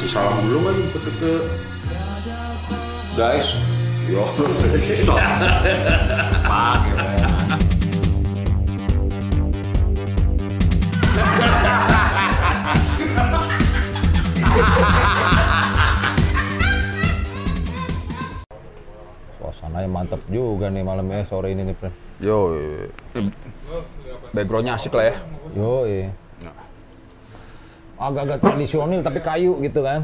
salam dulu kan ke guys. Yo. Pakai. Suasananya mantep juga nih malamnya sore ini nih, Pren. Yo. Backgroundnya asik lah ya. Yo. Agak-agak tradisional tapi kayu gitu kan.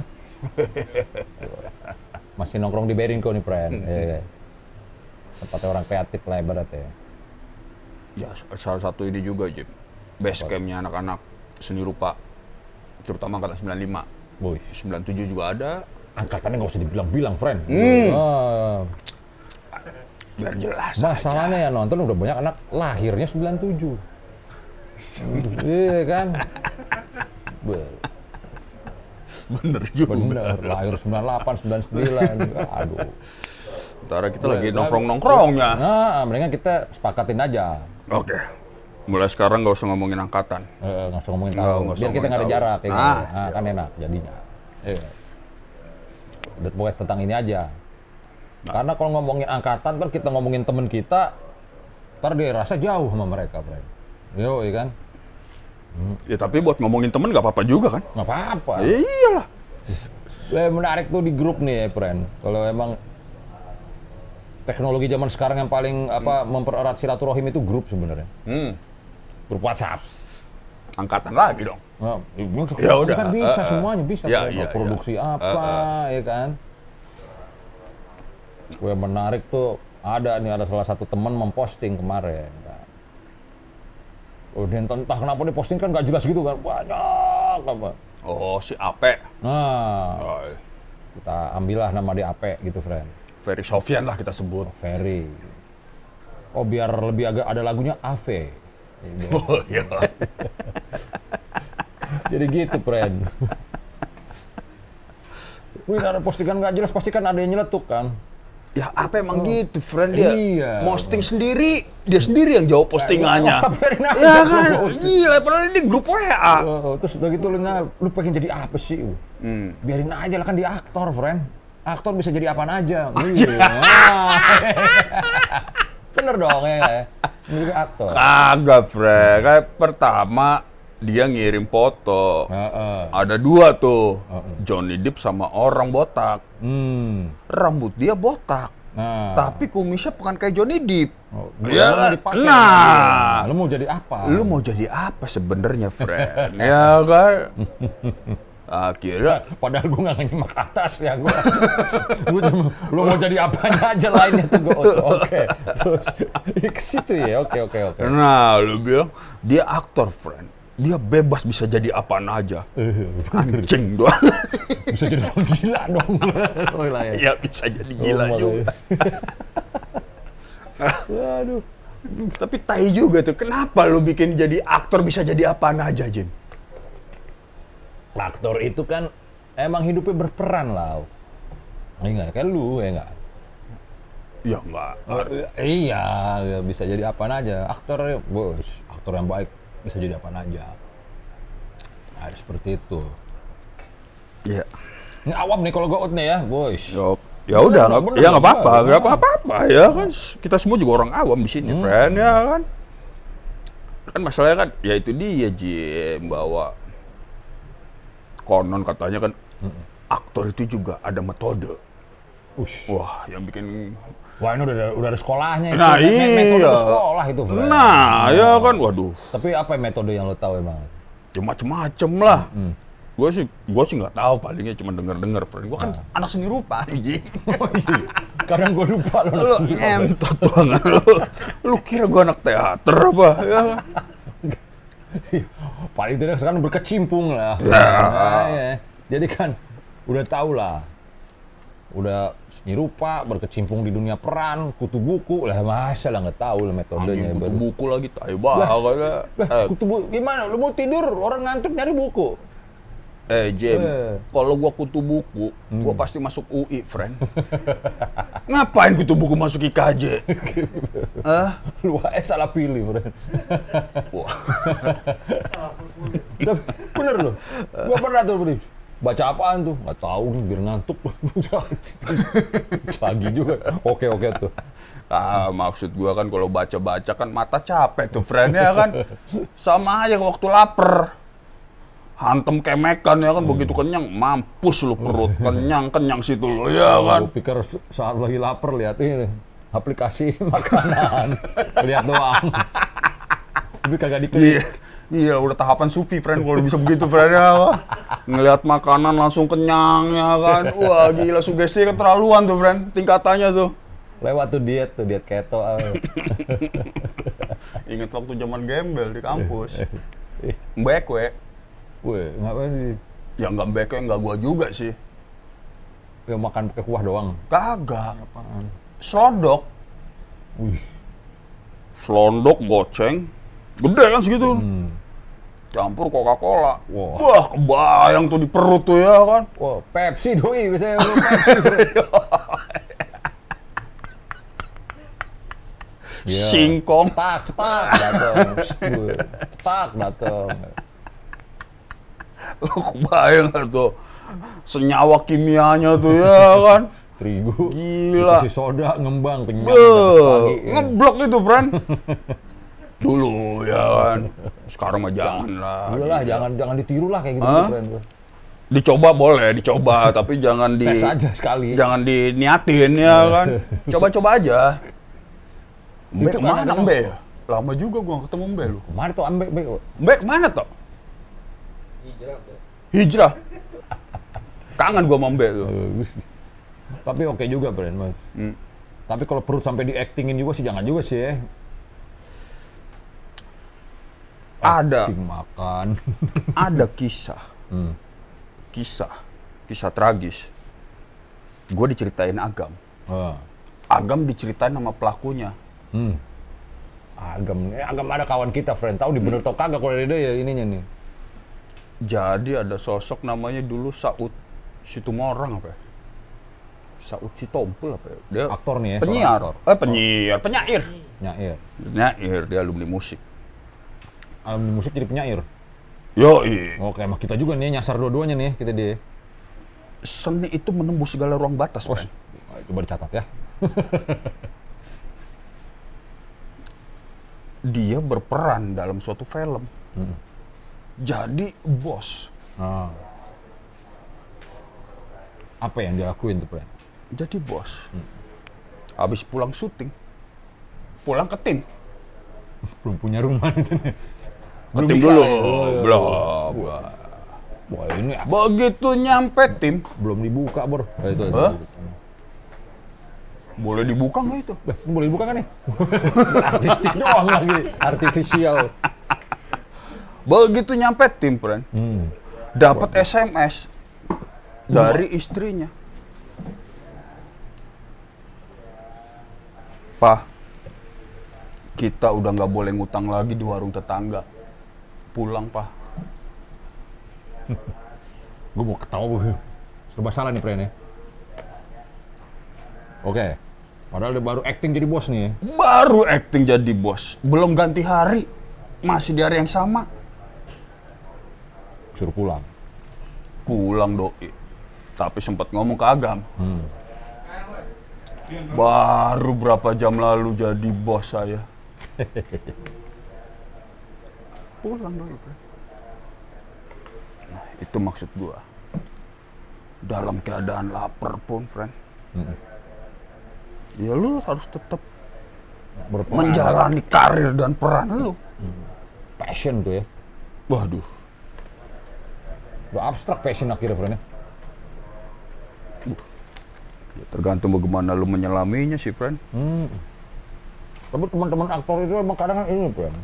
Masih nongkrong di Berinko nih, Pren. Tempatnya orang kreatif lah ibaratnya. Ya, salah satu ini juga, Jim. Base camp-nya anak-anak seni rupa. Terutama angkatan 95. Boy. 97 juga ada. Angkatannya nggak usah dibilang-bilang, friend. Biar jelas masalahnya aja. Ya nonton udah banyak anak lahirnya 97. Iya kan? Bener juga. Bener, lahir 98, 99. Aduh. Ntar kita lagi nongkrong-nongkrongnya. Nah, mendingan kita sepakatin aja. Oke. Mulai sekarang nggak usah ngomongin angkatan. Nggak usah ngomongin tahun. Biar kita nggak ada jarak. Ya, nah, kan enak jadinya. Udah pokoknya tentang ini aja. Karena kalau ngomongin angkatan kan kita ngomongin temen kita, ntar dia rasa jauh sama mereka, Bro. Yo, iya kan? Ya tapi buat ngomongin temen nggak apa-apa juga kan? Nggak apa-apa. Iyalah. Menarik tuh di grup nih ya, Pren. Kalau emang teknologi zaman sekarang yang paling mempererat silaturahim itu grup sebenarnya. Grup WhatsApp. Angkatan lagi dong. Nah, ya udah. Kan bisa semuanya bisa. Ya, produksi apa, ya kan? Gue menarik tuh ada salah satu teman memposting kemarin. Dia entah kenapa dia posting kan nggak jelas gitu kan, banyak apa. Oh, si Ape. Nah, kita ambillah nama dia Ape gitu, friend. Ferry Sofyan lah kita sebut. Ferry. Oh, biar lebih agak ada lagunya Ave. Oh iya. Jadi gitu, friend. Wih, ada postingan nggak jelas, pasti kan ada yang nyeletuk kan. Ya apa emang gitu, friend, dia posting bro. Sendiri, dia sendiri yang jawab postingannya. Ya kan, gila, padahal ini grup WA. Terus udah gitu lu pengen jadi apa sih? Biarin aja lah, kan dia aktor, friend. Aktor bisa jadi apaan aja. Bener dong ya. Menjadi aktor. Kagak, friend. Kayak pertama dia ngirim foto. Ada dua tuh. Johnny Depp sama orang botak. Rambut dia botak. Tapi kumisnya bukan kayak Johnny Depp. Ya, nah, lu mau jadi apa? Lu mau jadi apa sebenarnya, friend? Ya kan? Akhirnya padahal gue nggak nyimak atas ya, gue cuma lu mau jadi apanya aja lainnya tuh gue oke. Terus ke situ ya, oke. Nah, lu bilang dia aktor, friend. Dia bebas bisa jadi apaan aja. Anjing doang. Bisa jadi orang gila dong. Ya bisa jadi gila juga. Waduh. Tapi tai juga tuh. Kenapa lu bikin jadi aktor bisa jadi apaan aja, Jin? Aktor itu kan emang hidupnya berperan lah. Enggak, kayak lu ya enggak? Ya enggak. Iya, bisa jadi apaan aja. Aktor, bos, aktor yang baik bisa jadi apaan aja. Nah, seperti itu. Iya. Ini awam nih kalau gue out nih ya, bos. Ya udah, ya nggak apa-apa ya kan. Kita semua juga orang awam di sini, friend, ya kan. Kan masalahnya kan, ya itu dia, Jim, bahwa konon katanya kan aktor itu juga ada metode. Wah, yang bikin. Wah, ini udah ada sekolahnya itu. Nah, metode sekolah itu, friend. Nah, ya kan, waduh. Tapi apa metode yang lo tahu emang? Ya macem-macem lah. Gue sih nggak tahu, palingnya cuma denger-denger, friend. Gue kan anak seni rupa, anjing. Oh iya. Kadang gue lupa lo anak seni rupa. Entot banget lu kira gue anak teater apa? Ya. Paling tidak sekarang berkecimpung lah. Ya. Jadi kan udah tahu lah. Udah seni rupa, berkecimpung di dunia peran, kutu buku lah, masa lah nggak tahu lah metodenya. Anjing, kutu buku lagi, tayo banget. Kutu buku gimana? Lu mau tidur, orang ngantuk nyari buku. Jem, kalau gua kutu buku, gua pasti masuk UI, friend. Ngapain kutu buku masuk IKJ? Lu salah pilih, friend. Bener lu. Gua pernah tuh, Baca apaan tuh? Nggak tahu, biar ngantuk. Pagi juga. Oke tuh. Maksud gua kan kalau baca-baca kan mata capek tuh, friend, ya kan. Sama aja waktu lapar. Hantem kemekan ya kan, begitu kenyang, mampus lu perut. Kenyang situ lo, ya kan. Gua pikir saat lagi lapar lihat ini aplikasi makanan. Lihat doang. Tapi kagak diklik. Iya, udah tahapan sufi, friend, kalau bisa begitu, friend, ya kan. Ngelihat makanan langsung kenyang, ya kan. Wah, gila, sugesti keterlaluan tuh, friend, tingkatannya tuh. Lewat tuh diet keto. Ingat waktu zaman gembel di kampus. Mbek, Weh, ngapain sih? Ya nggak mbek, nggak gua juga sih. Ya makan pakai kuah doang? Kagak. Apaan? Slodok. Wih. Slondok goceng. Gede kan segitu. Campur Coca-Cola. Wow. Wah, kebayang tuh di perut tuh, ya kan. Wah, Pepsi doi biasanya Pepsi. Singkong. Tak datang. Kebayang gak tuh senyawa kimianya tuh, ya kan. Terigu. Gila. Dikasih soda ngembang kenyang. Ngeblok itu, friend. Dulu, ya kan. Sekarang mah jangan lah. Udah lah, jangan ditiru lah kayak gitu, friend. Dicoba boleh, tapi jangan tes aja sekali. Jangan diniatin, ya kan. Coba-coba aja. Mbek kemana, Mbek? Lama juga gua nggak ketemu Mbek lu. Kemana tuh Mbek? Mbek kemana toh? Hijrah. Kangen gua sama Mbek tuh. Tapi oke juga, Bren, Mas. Tapi kalau perut sampai di-actingin juga sih, jangan juga sih, ya. Ada. Acting makan. Ada kisah. Kisah tragis. Gua diceritain Agam. Agam diceritain sama pelakunya. Agam ada kawan kita, friend. Tahu di bener tau kagak kalau dia ya ininya nih. Jadi ada sosok namanya dulu Saud Situmorang apa ya? Saud Sitompul apa ya? Dia aktor nih ya. Penyiar. Penyair. Penyair, dia alumni musik. Alumni musik jadi penyair. Yoi. Oke, emang kita juga nih nyasar dua-duanya nih kita dia. Seni itu menembus segala ruang batas, Bang. Coba dicatat ya. Dia berperan dalam suatu film. Jadi bos. Apa yang dia lakuin tuh, Bren? Jadi bos. Habis pulang syuting, pulang ke tim. Belum punya rumah itu nih. Ke tim dulu. Belum. Wah, ini begitu nyampe tim, belum dibuka, Bor. Itu. Boleh dibuka nggak itu? Boleh dibuka kan nih? Artistik doang lagi, artifisial. Begitu nyampe tim, friend, dapat SMS dari istrinya. Pak, kita udah nggak boleh ngutang lagi di warung tetangga. Pulang, Pak. Gue mau ketawa, serba salah nih, friend, ya. Oke. Padahal dia baru acting jadi bos nih. Baru acting jadi bos. Belum ganti hari. Masih di hari yang sama. Suruh pulang. Pulang, doi. Tapi sempat ngomong ke Agam. Baru berapa jam lalu jadi bos saya. Pulang, doi. Nah, itu maksud gua. Dalam keadaan lapar pun, friend. Ya lu harus tetap menjalani karir dan peran lu. Passion tuh ya. Waduh. Udah abstrak passion akhirnya, friend. Ya, tergantung bagaimana lu menyelaminya sih, friend. Tapi teman-teman aktor itu emang kadang ini, friend.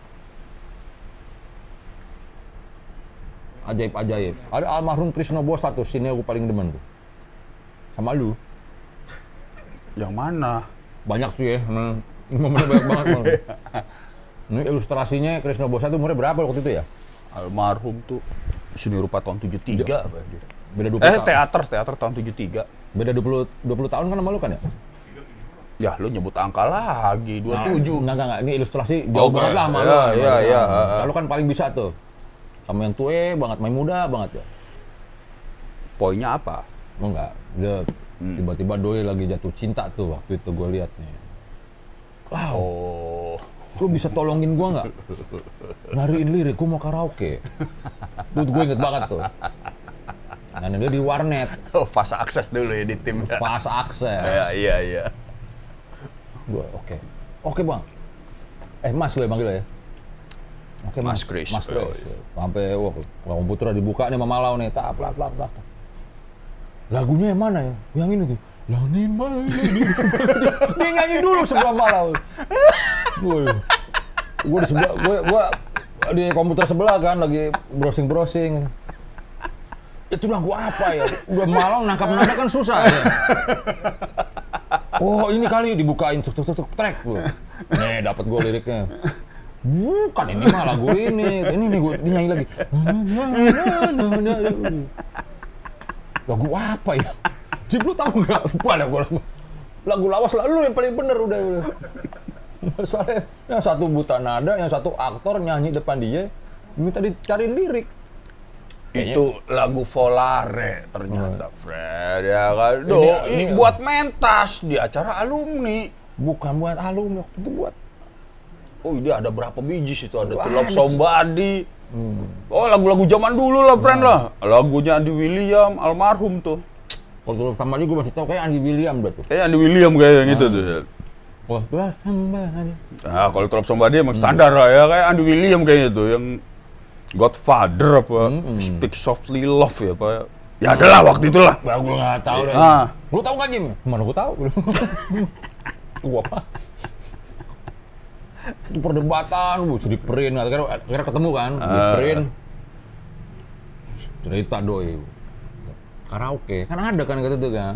Ajaib-ajaib. Ada almarhum Krisno Bosa tuh, sini aku paling demen tuh. Sama lu. Yang mana? Banyak sih ya. Momennya banyak banget. Ini ilustrasinya Krisno Bosa tuh umurnya berapa waktu itu ya? Almarhum tuh seni rupa tahun 73 apa dia? Beda 20 tahun. Teater tahun 73. Beda 20 tahun kan sama lu kan ya? Ya, lu nyebut angka lagi, 27. Enggak. Ini ilustrasi jauh banget lah sama lu. Iya. Lu kan paling bisa tuh. Sama yang tua banget, main muda banget ya. Poinnya apa? Enggak, dia tiba-tiba doi lagi jatuh cinta tuh waktu itu gue lihat nih. Wow. Oh. Lu bisa tolongin gua nggak? Nyariin lirik, gua mau karaoke. Duh, gue inget banget tuh. Nah, dia di warnet. Oh, fase akses dulu ya di tim. Fase akses. Iya. Gua oke bang. Mas lo yang manggil ya? Oke Mas Chris. Mas Chris. Sampai komputer dibuka nih sama Malau nih. Tak. Lagunya yang mana ya? Yang ini tuh. Lanin mana? Dia nyanyi dulu sebelum Malau. Gue di sebelah, gue di komputer sebelah kan lagi browsing. Itu lagu apa ya? Udah Malau nangkap nada kan susah ya. Oh ini kali dibukain tuk track gue. Nih dapat gue liriknya. Bukan ini mah lagu ini gue dinyanyi lagi. Lagu apa ya? Jim lu tahu nggak? Lagu lawas lu yang paling bener udah. Soalnya yang satu buta nada, yang satu aktor nyanyi depan dia, minta dicariin lirik. Itu lagu Volare ternyata, Fred. Ya kan? Ini buat mentas di acara alumni. Bukan buat alumni, waktu itu buat. Oh, dia ada berapa biji situ? Ada To Love Somebody. Oh, lagu-lagu zaman dulu lah, Fred lah. Lagunya Andy William, almarhum tuh. Kalau To Love Somebody gue masih tahu kayak Andy William berarti. Kayak Andy William kayak yang itu tuh. Oh, To Love Somebody. Nah, kalau To Love Somebody emang standar lah ya, kayak Andy William kayaknya tuh yang Godfather apa, Speak Softly Love ya apa. Ya adalah waktu itulah. Bah, gue nggak tahu deh. Lu tahu nggak Jim? Mana gue tahu. Gua apa? Itu perdebatan, di print, akhirnya ketemu kan, di print. Cerita doi. Karaoke, kan ada kan kata itu kan.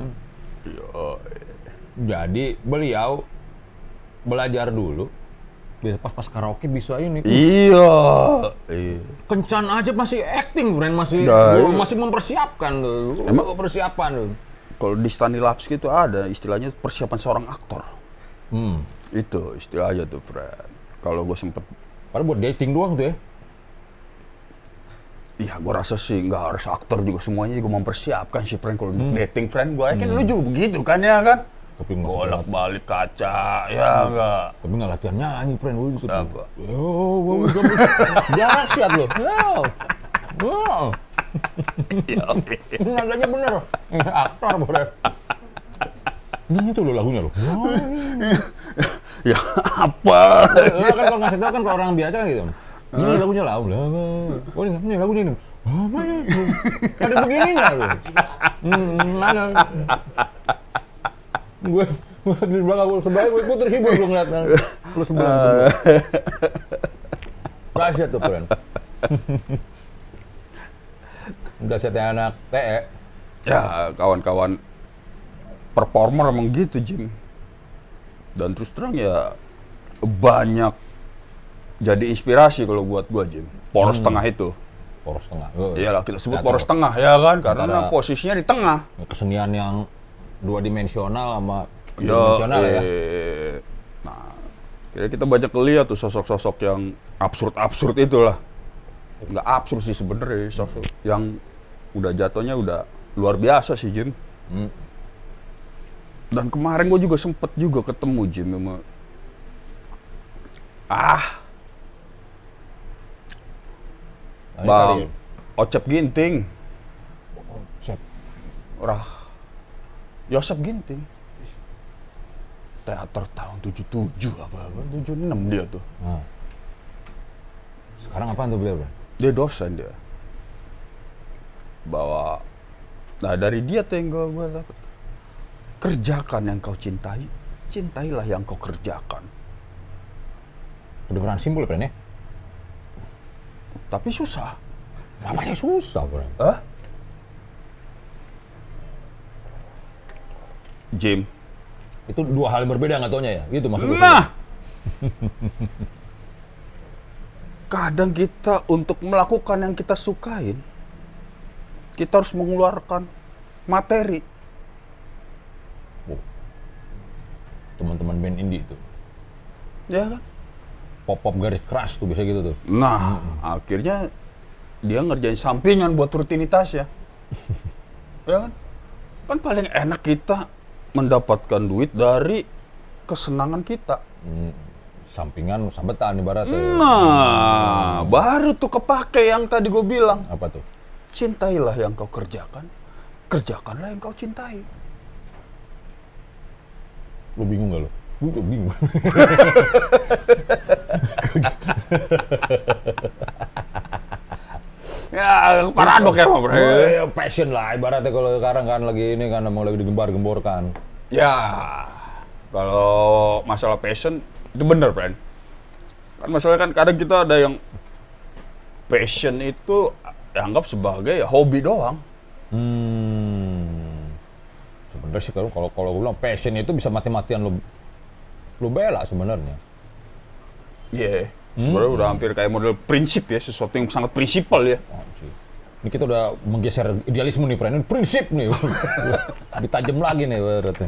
Jadi beliau belajar dulu. Pas karaoke bisa ini. Iya. Kencan aja masih acting, friend, masih mempersiapkan dulu. Persiapan dulu. Kalau di Stanislavski itu ada istilahnya persiapan seorang aktor. Itu istilahnya tuh, Fred. Kalau gue sempet. Padahal buat dating doang tuh ya. Iya, gue rasa sih nggak harus aktor juga, semuanya juga mempersiapkan sih, friend. Kalau untuk dating, friend, gue yakin lu juga begitu kan ya kan? Bolak-balik kaca, ya enggak. Tapi nggak latihan nyanyi, friend. Gue gitu. Apa? Dahsyat loh. Wow. Nadanya bener. Aktor boleh. Ini tuh lo lagunya lo. Ya apa? Kan kalau ngasih tau kan kalau orang biasa kan gitu. Ini lagunya lah. Oh ini lagunya ini. Ada begininya lo. Gue di belakang gue sebelah gue terhibur gue ngeliat lu sebelah. Dahsyat tuh keren. Dahsyatnya anak TE. Ya kawan-kawan performer emang gitu, Jim. Dan terus terang ya banyak jadi inspirasi kalau buat gua, Jim. Poros tengah itu. Poros tengah. Iyalah kita sebut poros tengah ya kan, karena posisinya di tengah. Kesenian yang dua dimensional sama dimensional ya. Nah, kita banyak lihat tuh sosok-sosok yang absurd itulah. Nggak absurd sih sebenarnya, sosok yang udah jatuhnya udah luar biasa sih, Jim. Dan kemarin gue juga sempet juga ketemu, Jim, sama Bang Ocep Ginting. Yosep Ginting. Teater tahun 77 apa-apa, 76 dia tuh. Sekarang apaan tuh beliau? Dia dosen dia. Nah dari dia tuh yang gue dapet. Kerjakan yang kau cintai, cintailah yang kau kerjakan. Kedengeran simpel, Bren, ya? Tapi susah. Namanya susah, Bren. Jim. Itu dua hal yang berbeda nggak taunya ya? Gitu maksudnya. Nah! Kadang kita untuk melakukan yang kita sukain, kita harus mengeluarkan materi. Teman-teman band indie itu. Ya kan? Pop-pop garis keras tuh bisa gitu tuh. Nah, akhirnya dia ngerjain sampingan buat rutinitas ya. Ya kan? Kan paling enak kita mendapatkan duit dari kesenangan kita. Sampingan sambetan ibaratnya. Nah, baru tuh kepake yang tadi gue bilang. Apa tuh? Cintailah yang kau kerjakan, kerjakanlah yang kau cintai. Lu bingung gak lu? Gue bingung. Ya, paradok ya, Bro. Ya, passion lah ibaratnya kalau sekarang kan lagi ini kan mau lagi digembar-gemborkan. Ya, kalau masalah passion itu bener, friend. Kan masalahnya kan kadang kita ada yang passion itu dianggap sebagai hobi doang. Sebenarnya sih kalau gue bilang passion itu bisa mati-matian lu bela sebenarnya. Iya. Sebenarnya udah hampir kayak model prinsip ya, sesuatu yang sangat prinsipal ya. Ini kita udah menggeser idealisme nih, friend. Ini prinsip nih. Lebih tajam lagi nih berarti.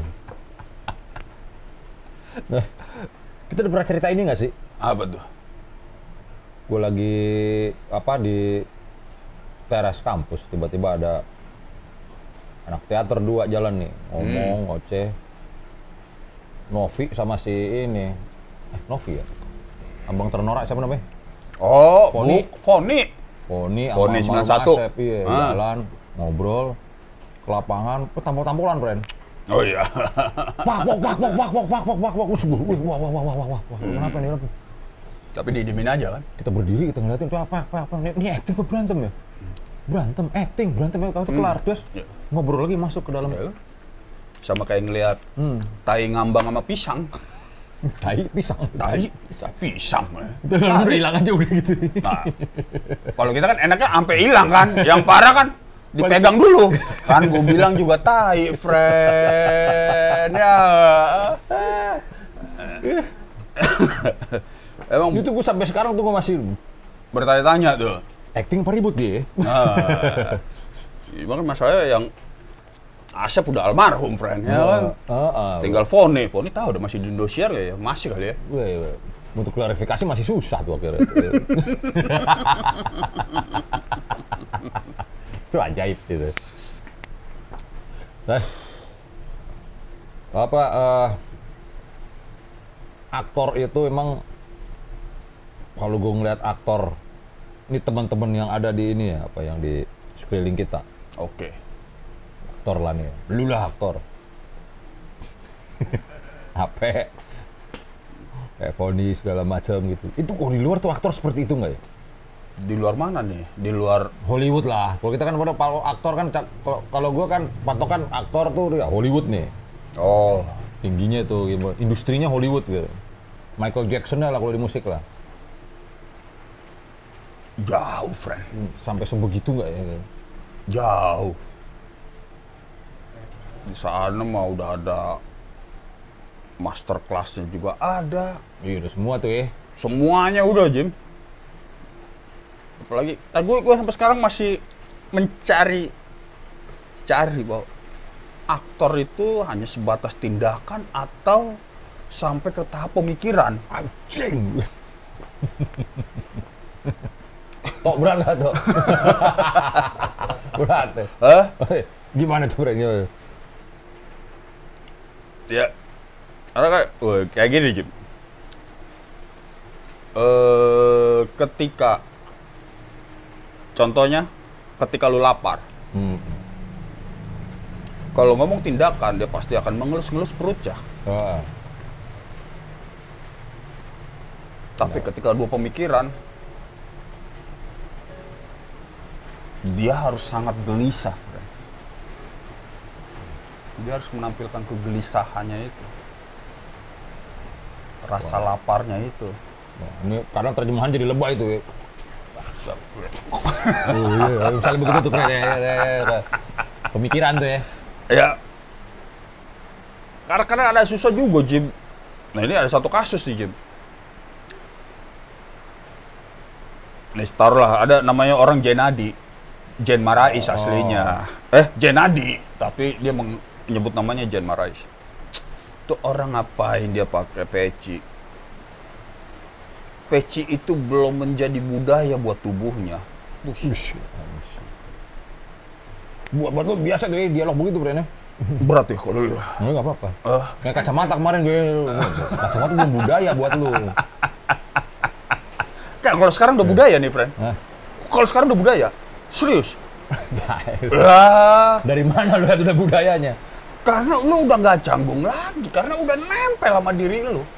Nah, kita udah pernah cerita ini nggak sih? Apa tuh? Gue lagi di teras kampus, tiba-tiba ada anak teater 2 jalan nih, ngomong, ngoceh. Novi sama si ini, Novi ya? Abang ternorak siapa namanya? Oh, Foni. Foni Foni 91. Iya, jalan, ngobrol, ke lapangan, tampol-tampolan, friend. Oh iya. Wah, kenapa nih? Tapi didiemin aja kan? Kita berdiri, kita ngeliatin, itu apa? Ini acting apa berantem ya? Berantem, itu kelar. Terus ngobrol lagi, masuk ke dalam. Ya. Sama kayak ngeliat tai ngambang sama pisang. Tai pisang. Pisang. Udah hilang aja udah gitu. Nah, kalau kita kan enaknya sampai hilang kan. Yang parah kan dipegang dulu. Kan gue bilang juga tai, friend. Ya. Emang itu gue sampai sekarang tuh gue masih bertanya-tanya tuh. Acting apa ribut dia? Nah, kan masalahnya yang Asep udah almarhum, friend, ya kan? Tinggal Foni tahu udah masih di Indosiar ya? Masih kali ya? Untuk klarifikasi masih susah tuh akhirnya. Itu ajaib gitu. Nah, aktor itu emang kalau gue ngeliat aktor, ini teman-teman yang ada di ini ya, yang di sekeliling kita. Oke. Aktor lah nih, lu lah aktor. Apa? Kayak Foni segala macam gitu. Itu kok di luar tuh aktor seperti itu nggak ya? Di luar mana nih? Di luar Hollywood lah. Kalau kita kan kalau aktor kan, kalau gue kan patokan aktor tuh ya Hollywood nih. Oh. Tingginya tuh, industrinya Hollywood gitu. Michael Jackson lah kalau di musik lah. Jauh, friend. Sampai sebegitu nggak ya? Jauh. Di sana mah udah ada master kelasnya juga ada. Iya, udah semua tuh ya. Semuanya udah, Jim. Apalagi, gue sampai sekarang masih mencari bahwa aktor itu hanya sebatas tindakan atau sampai ke tahap pemikiran. Anjing. Tok berat gak tuh? Berat ya? Hah? Gimana tuh beratnya? Ya, karena kan, kayak gini, Jim. Contohnya, ketika lu lapar, kalau ngomong tindakan, dia pasti akan mengelus-ngelus perutnya. Tapi ketika dua pemikiran, dia harus sangat gelisah. Dia harus menampilkan kegelisahannya itu. Rasa laparnya itu. Ini kadang terjemahan jadi lebay itu ya. Misalnya begitu tuh pemikiran tuh ya. Ya. Karena ada susah juga, Jim. Nah, ini ada satu kasus nih, Jim. Nih, taruhlah ada namanya orang Jenadi. Jen Marais aslinya. Jenadi, tapi dia menyebut namanya Jen Marais. Itu orang ngapain dia pakai peci? Peci itu belum menjadi budaya buat tubuhnya. Buat lu biasa tuh dialog begitu, Bren. Berat ya kalau lu. Enggak apa-apa. Kayak kacamata kemarin gue. Kacamata belum budaya buat lu. Kan kalau sekarang udah budaya nih, friend. Kalau sekarang udah budaya. Serius. Lah, dari mana lu lihat udah budayanya? Karena lu udah nggak canggung lagi, karena udah nempel sama diri lu.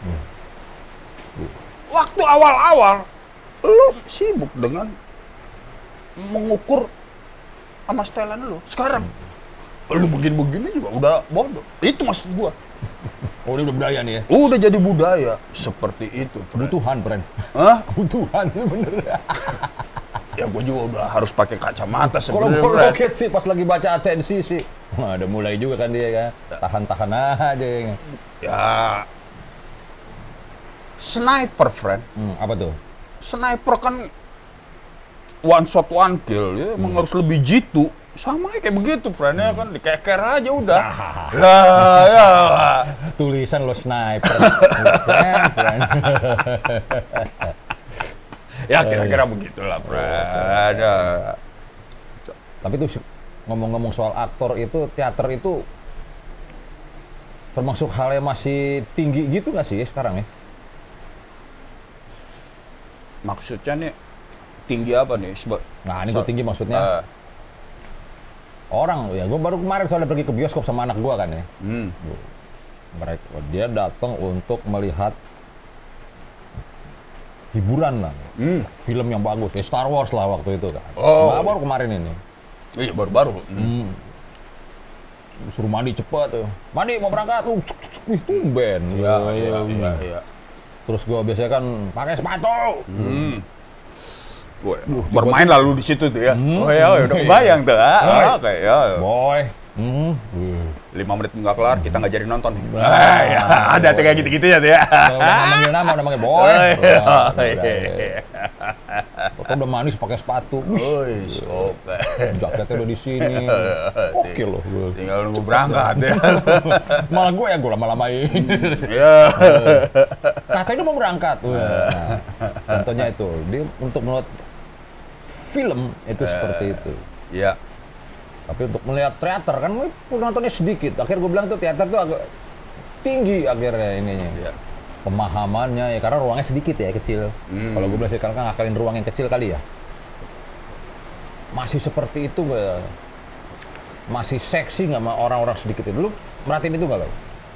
Waktu awal-awal, lu sibuk dengan mengukur sama setelan lu. Sekarang, lu begini-begini juga udah bodoh. Itu maksud gua. Oh, ini udah budaya nih ya? Udah jadi budaya. Seperti itu, friend. Kebutuhan, friend. Hah? Kebutuhan, bener. Ya gua juga udah harus pakai kacamata Kalau sebenarnya. gua roket sih pas lagi baca atensi sih. Wah, udah mulai juga kan dia kan. Tahan-tahan aja. Ya. Sniper, friend. Apa tuh? Sniper kan one shot one kill, ya emang harus lebih jitu. Sama kayak begitu, friend, ya kan dikeker aja udah. Lah, ya. Tulisan lo sniper. Friend. Ya kira-kira begitulah, friend. Ya. Tapi tuh ngomong-ngomong soal aktor itu, teater itu termasuk hal yang masih tinggi gitu nggak sih sekarang ya? Maksudnya nih tinggi apa nih? Nah, ini tuh tinggi maksudnya. Orang ya, gue baru kemarin soalnya pergi ke bioskop sama anak gue kan ya. Dia datang untuk melihat hiburan lah, film yang bagus, ya Star Wars lah waktu itu kan. Baru kemarin ini. Iya baru-baru. Suruh mandi cepet, mandi mau berangkat, wih tumben. Iya. Terus gue biasanya kan pakai sepatu. Bermain lalu di situ tuh ya. Oh ya, udah kebayang tuh. Kayak ya. Boy. 5 menit nggak kelar, kita nggak jadi nonton. Ya, ada tuh kayak gitu-gitu ya tuh ya. Kalau udah ngomongin nama, udah manggil boy. Kok udah manis pakai sepatu. Oke. Jaketnya udah di sini. Oke loh. Tinggal nunggu berangkat ya. Malah gue yang gue lama-lamain. Katanya mau berangkat. Contohnya itu, dia untuk melihat film itu seperti itu. Iya. Tapi untuk melihat teater kan penontonnya sedikit. Akhirnya gue bilang tuh teater tuh agak tinggi akhirnya ininya. Iya. Pemahamannya ya karena ruangnya sedikit ya, kecil. Kalau gue bilang sekarang kan ngakalin ruang yang kecil kali ya. Masih seperti itu masih seksi nggak sama orang-orang sedikit itu. Lu merhatiin itu nggak lo?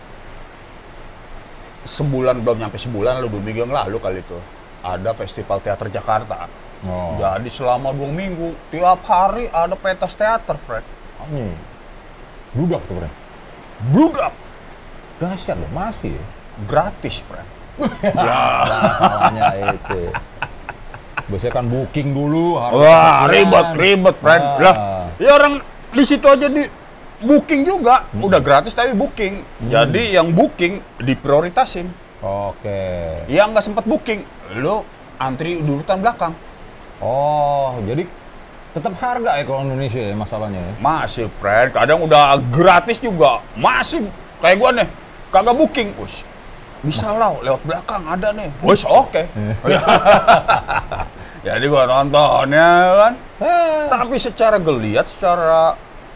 Sebulan belum nyampe sebulan, 2 minggu yang lalu kali itu ada festival teater Jakarta. Jadi selama 2 minggu tiap hari ada pentas teater, Fred. Bludak tuh, Fred. Bludak. Dahsyat loh, masih. Gratis, Fred. Masalahnya itu. Biasanya kan booking dulu. Wah, ribet, Fred. Lah, ya orang di situ aja di booking juga, udah gratis tapi booking. Jadi yang booking diprioritasin. Oke. Yang nggak sempat booking, lo antri di urutan belakang. Oh, jadi tetap harga ya kalau Indonesia ya masalahnya ya? Masih, Fred. Kadang udah gratis juga. Masih kayak gua nih, kagak booking. Ush, bisa lah, lewat belakang ada nih. Ush, oke. Jadi gua nontonnya kan. Tapi secara geliat, secara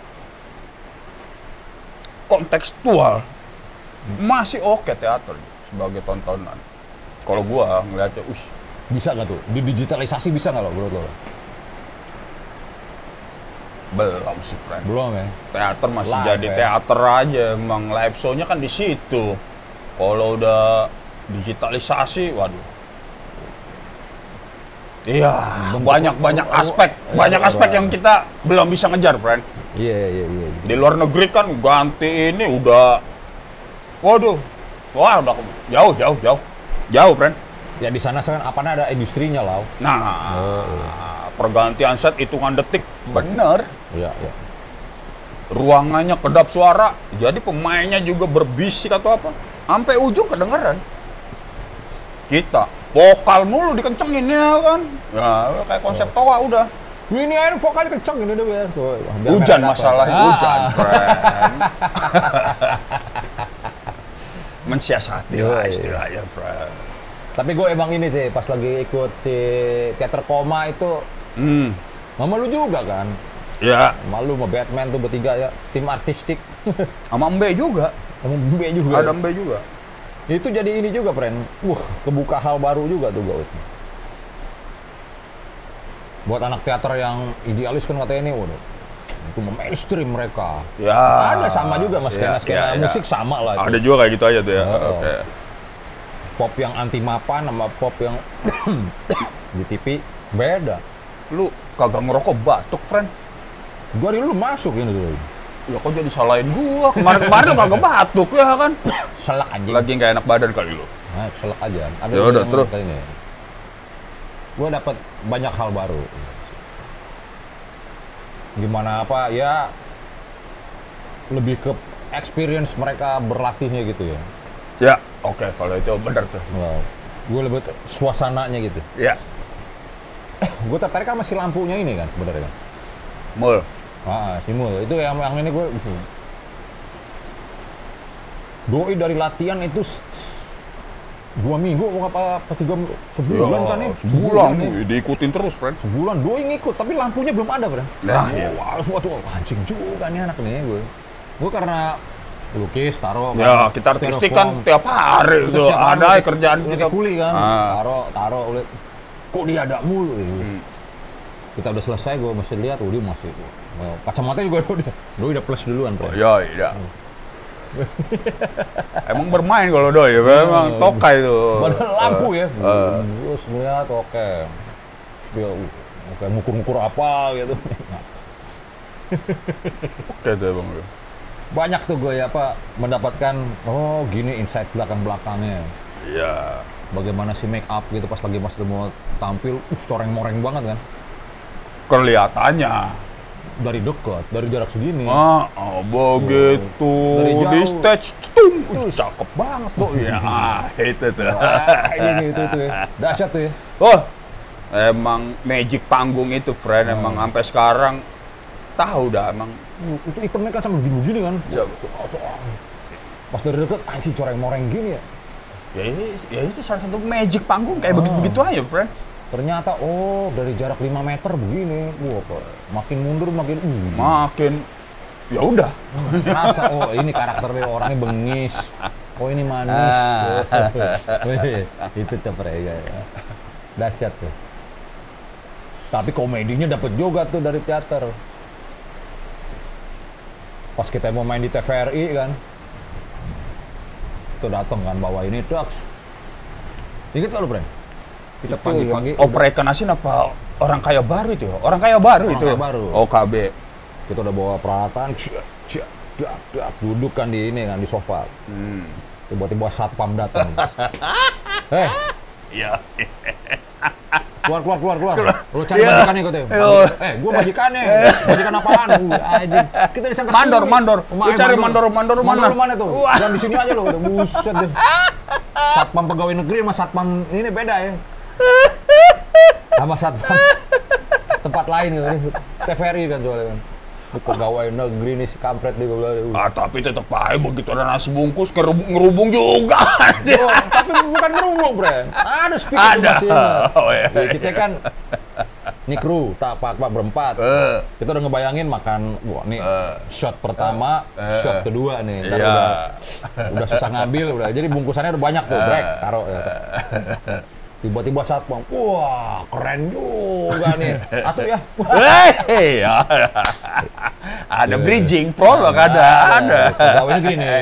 kontekstual masih oke teater sebagai tontonan. Kalau gua ngeliatnya, bisa nggak tuh? Digitalisasi bisa nggak lo menurut lo? Belum sih, Friend. Belum ya? Teater masih live, jadi teater aja. Emang live show-nya kan di situ. Kalau udah digitalisasi, waduh. Iya, banyak aspek yang kita belum bisa ngejar, Friend. Iya. Di luar negeri kan ganti ini udah, waduh, wah udah jauh, Friend. Ya di sana kan apanya ada industrinya lah. Nah, pergantian set hitungan detik, bener. Iya. Ruangannya kedap suara, jadi pemainnya juga berbisik atau apa, sampai ujung kedengeran. Kita vokal mulu dikencengin ya kan, ya kayak konsep toa udah. Ini air vokalnya kenceng ini udah ya. Hujan masalahnya, hujan, friend. Mensiasati lah istilahnya, friend. Tapi gue emang ini sih, pas lagi ikut si teater koma itu, mama lu juga kan? Ya. Malu sama Batman tuh bertiga ya, tim artistik. Sama Mbe juga. Sama Mbe juga. Ada Mbe juga. Itu jadi ini juga, friend. Kebuka hal baru juga tuh, Gaut. Buat anak teater yang idealis kan katanya ini, waduh, itu mainstream mereka. Ya. Ada sama juga mas, skena musik sama lah. Ada juga kayak gitu aja tuh ya. Oke. Pop yang anti mapan sama pop yang di TV beda. Lu kagak ngerokok batuk, friend? Gua dari lu masuk ini dulu. Ya kok jadi salahin gua? Kemarin lu kagak batuk ya kan? Selak anjing. Lagi nggak enak badan kali lu. Nah, selak aja. Ada ya udah terus. Gue dapat banyak hal baru. Gimana apa ya? Lebih ke experience mereka berlatihnya gitu ya. Ya, oke, kalau itu benar tuh. Wow. Gue lebih suasananya gitu. Ya. Gue tertarik sama si lampunya ini kan sebenarnya. Mul. Si Mul. Itu yang ini gue. Doi dari latihan itu 2 minggu apa 3 sebulan kan nih? Sebulan diikutin terus, friend. Sebulan Doi ngikut, tapi lampunya belum ada, friend. Nah, iya. Wah, semua tuh anjing juga nih anak nih gue. Gue karena lukis, taruh. Ya, kita artistik kan tiap hari itu ada kerjaan kita. Kuli kan, taruh. Kok dia ada mulu? Kita udah selesai, gue masih lihat, dia masih. Kacamata juga Doi udah plus duluan, friend. Iya. Emang bermain kalau Doi, memang tokai tuh. Padahal lampu ya. Terus ngeliat oke. Dia ngukur-ngukur apa gitu. Oke tuh Bang. Banyak tuh gue mendapatkan gini insight belakang-belakangnya. Iya. Bagaimana si make up gitu pas lagi Mas mau tampil, coreng-moreng banget kan. Kelihatannya dari dekat, dari jarak segini. Begitu. Di stage, cakep banget tuh. Ya, itu tuh. Itu ya. Dahsyat tuh ya. Emang magic panggung itu, friend. Emang sampai sekarang tahu dah emang. Itu itemnya kan sampai begini kan. Pas dari dekat, anjing coreng-moreng gini ya. Ya itu salah satu magic panggung kayak begitu-begitu aja, friend. Ternyata dari jarak 5 meter begini. Makin mundur makin ya udah. Rasa ini karakternya orangnya bengis. Ini manis. Itu ya. Dahsyat tuh. Tapi komedinya dapet juga tuh dari teater. Pas kita mau main di TVRI kan. Itu datang kan bawa ini Dax. Ingat gak lu, Bren? Kita pagi-pagi oper ikan asin apa orang kaya baru itu ya? Orang kaya baru itu. OKB. Kita udah bawa peralatan, duduk kan di ini kan di sofa. Tiba-tiba satpam datang. Iya. Keluar. Lu cari majikannya katanya. Gua majikannya. Majikan apaan? Anjing. Kita disangka mandor. Lu cari mandor mana? Mana tuh? Yang di sini aja lo. Udah buset deh. Satpam pegawai negeri sama satpam ini beda ya. Sama satpam tempat lain gitu. TVRI kan soalnya kan. Pegawai negeri nih si kampret dia bilang. Tapi tetep aja begitu ada nasi bungkus ngerubung juga. Tapi bukan ngerubung, Bren. Ada speaker masih. Kita kan ini kru, pak berempat. Kita udah ngebayangin makan, nih shot pertama, shot kedua nih. Ntar udah susah ngambil, jadi bungkusannya udah banyak tuh, break, taruh. Tiba-tiba satpam, wah keren juga nih. Atau ya. Ada bridging, prolog ada. Pegawai negeri nih.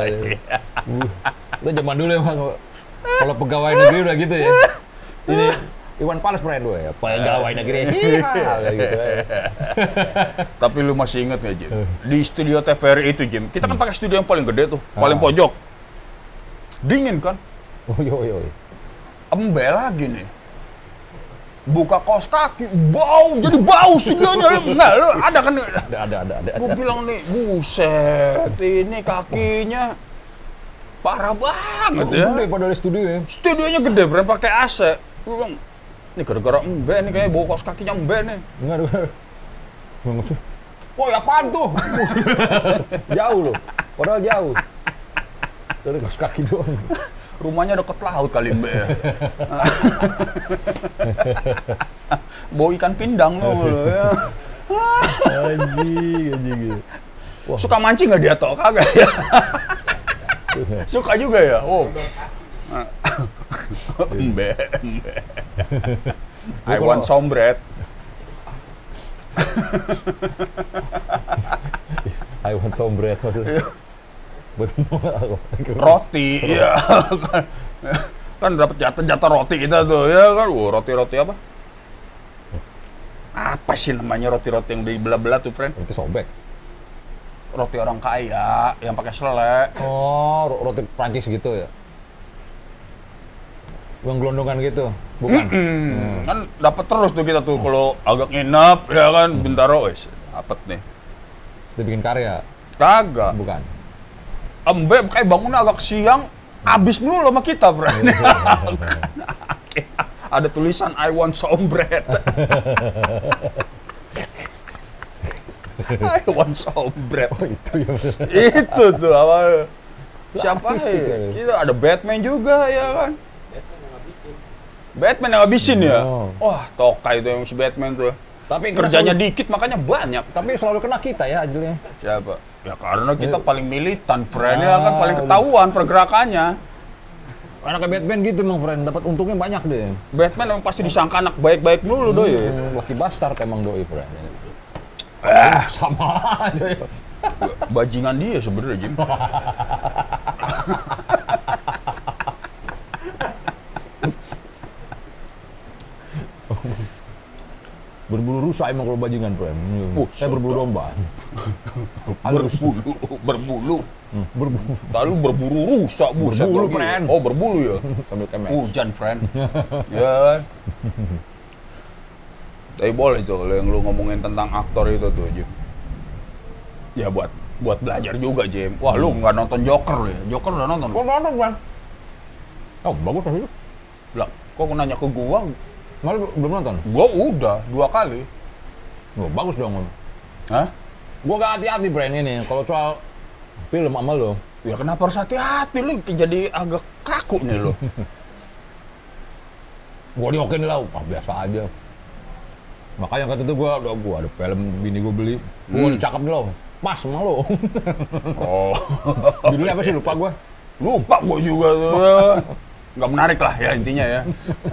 Itu zaman dulu emang. Kalau pegawai negeri udah gitu ya. Ini Iwan Fals brand gue ya, pegawai negeri. Gitu. Tapi lu masih inget nggak, Jim? Di studio TVRI itu, Jim, kita kan pakai studio yang paling gede tuh, paling pojok. Dingin kan? Embe lagi nih. Buka kaos kaki, jadi bau studionya. Enggak, lu ada kan? Ada. Gue bilang nih, buset, ini kakinya parah banget ya. Gede padahal studio ya. Studionya gede, beneran pakai AC. Gue bilang, ini gara-gara embe nih, kayak bau kaos kakinya embe nih. Enggak. Woi, apaan tuh? Jauh loh, padahal jauh. Dari kaos kaki doang. Rumahnya deket laut kali embe. Bau ikan pindang loh ya. Anjing. Wah. Suka mancing nggak dia toh? Kagak ya? Suka juga ya? Oh. Embe. I want some bread. I want some bread maksudnya. Roti, iya. Kan dapat jatah roti kita tuh, ya kan? Roti-roti apa? Apa sih namanya roti-roti yang dibelah-belah tuh, friend? Roti sobek. Roti orang kaya yang pakai selai. Oh, roti Prancis gitu ya? Yang gelondongan gitu, bukan? Kan dapat terus tuh kita tuh kalau agak nginep, ya kan? Bintaro, wes, dapat nih. Sudah bikin karya? Kagak. Bukan. Embe kayak bangunnya agak siang, abis mulu sama kita, friend. Ada tulisan I want some bread. I want some bread. Oh, itu ya. Itu tuh awal. Siapa ya? Kita ada Batman juga, ya kan? Batman yang ngabisin ya? Wah, tokai itu yang si Batman tuh. Tapi kerjanya dikit makanya banyak. Tapi selalu kena kita ya ajalnya. Siapa? Ya karena kita paling militan, friend, ya kan paling ketahuan pergerakannya. Anak Batman gitu emang, friend, dapat untungnya banyak deh. Batman emang pasti disangka anak baik-baik mulu doi. Lucky bastard emang doi, friend. Sama aja ya. Bajingan dia sebenarnya, Jim. Berbulu rusa emang kalau bajingan, friend. Saya berbulu domba. Berbulu. Lalu berburu rusa, buset. Berbulu, friend. Oh, berbulu ya? Sambil kemek. Hujan, friend. Ya. Tapi boleh tuh kalau yang lu ngomongin tentang aktor itu tuh, Jim. Ya buat belajar juga, Jim. Wah, lu nggak nonton Joker lu ya? Joker udah nonton? Kok nonton, friend? Oh, bagus lah itu. Lah, kok nanya ke gua? Malah belum nonton? Gua udah 2 kali. Oh, bagus dong. Hah? Gua gak hati-hati, friend, ini. Kalau soal film sama lo. Ya kenapa harus hati-hati? Lu jadi agak kaku nih lu. Gua diokin lah, biasa aja. Makanya kata itu gua ada film bini gua beli. Gua cakep nih lo. Pas sama lo. Oh. Judulnya apa sih, lupa gua. Lupa gua juga tuh. Nggak menarik lah ya intinya ya.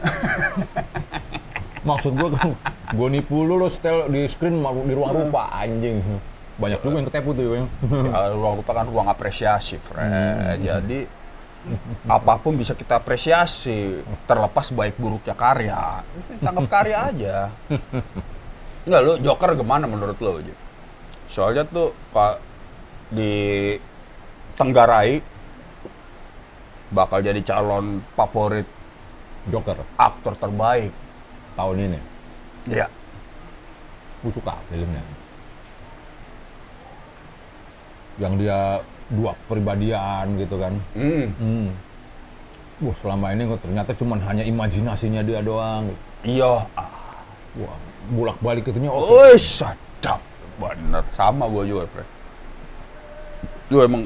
Maksud gua kan, gua nipu lu setel di screen di ruang rupa, anjing. Banyak juga yang ketipu tuh, ya. Ya, ruang rupa kan ruang apresiasi, friend. Jadi apapun bisa kita apresiasi, terlepas baik buruknya karya. Tangkap karya aja. Enggak, lu Joker gimana menurut lo? Soalnya tuh di Tenggarai bakal jadi calon favorit Joker aktor terbaik tahun ini. Iya. Gue suka filmnya. Yang dia 2 kepribadian gitu kan. Wah, selama ini kok ternyata cuman hanya imajinasinya dia doang. Iya. Wah, bolak-balik itunya oke. Oh, sadap. Bener. Sama gua juga, Fred. Itu emang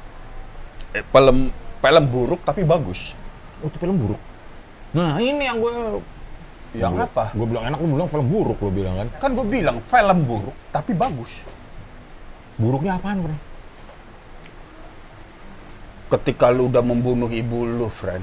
film buruk tapi bagus. Oh, itu film buruk. Nah, ini yang gue... Yang apa? Gue bilang enak, gue bilang film buruk, lo bilang kan? Kan gue bilang film buruk tapi bagus. Buruknya apaan, bro? Ketika lu udah membunuh ibu lu, friend.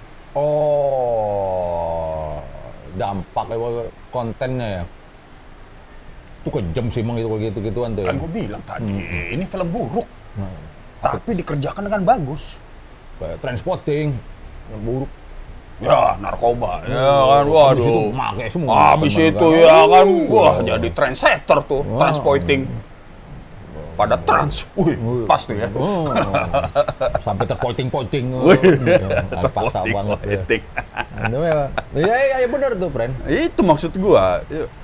Oh, dampak kontennya ya. Itu kejam sih emang itu gitu-gituan tuh. Kan gue bilang tadi, ini film buruk. Tapi dikerjakan dengan bagus. Transporting, yang buruk. Ya, narkoba. Ya kan, waduh. Habis itu semua. Habis itu ya kan, wah jadi trendsetter tuh, transporting. Pada trans, pas tuh ya. Sampai terpoting-poting. Paksa banget ya. Iya benar tuh, friend. Itu maksud gua.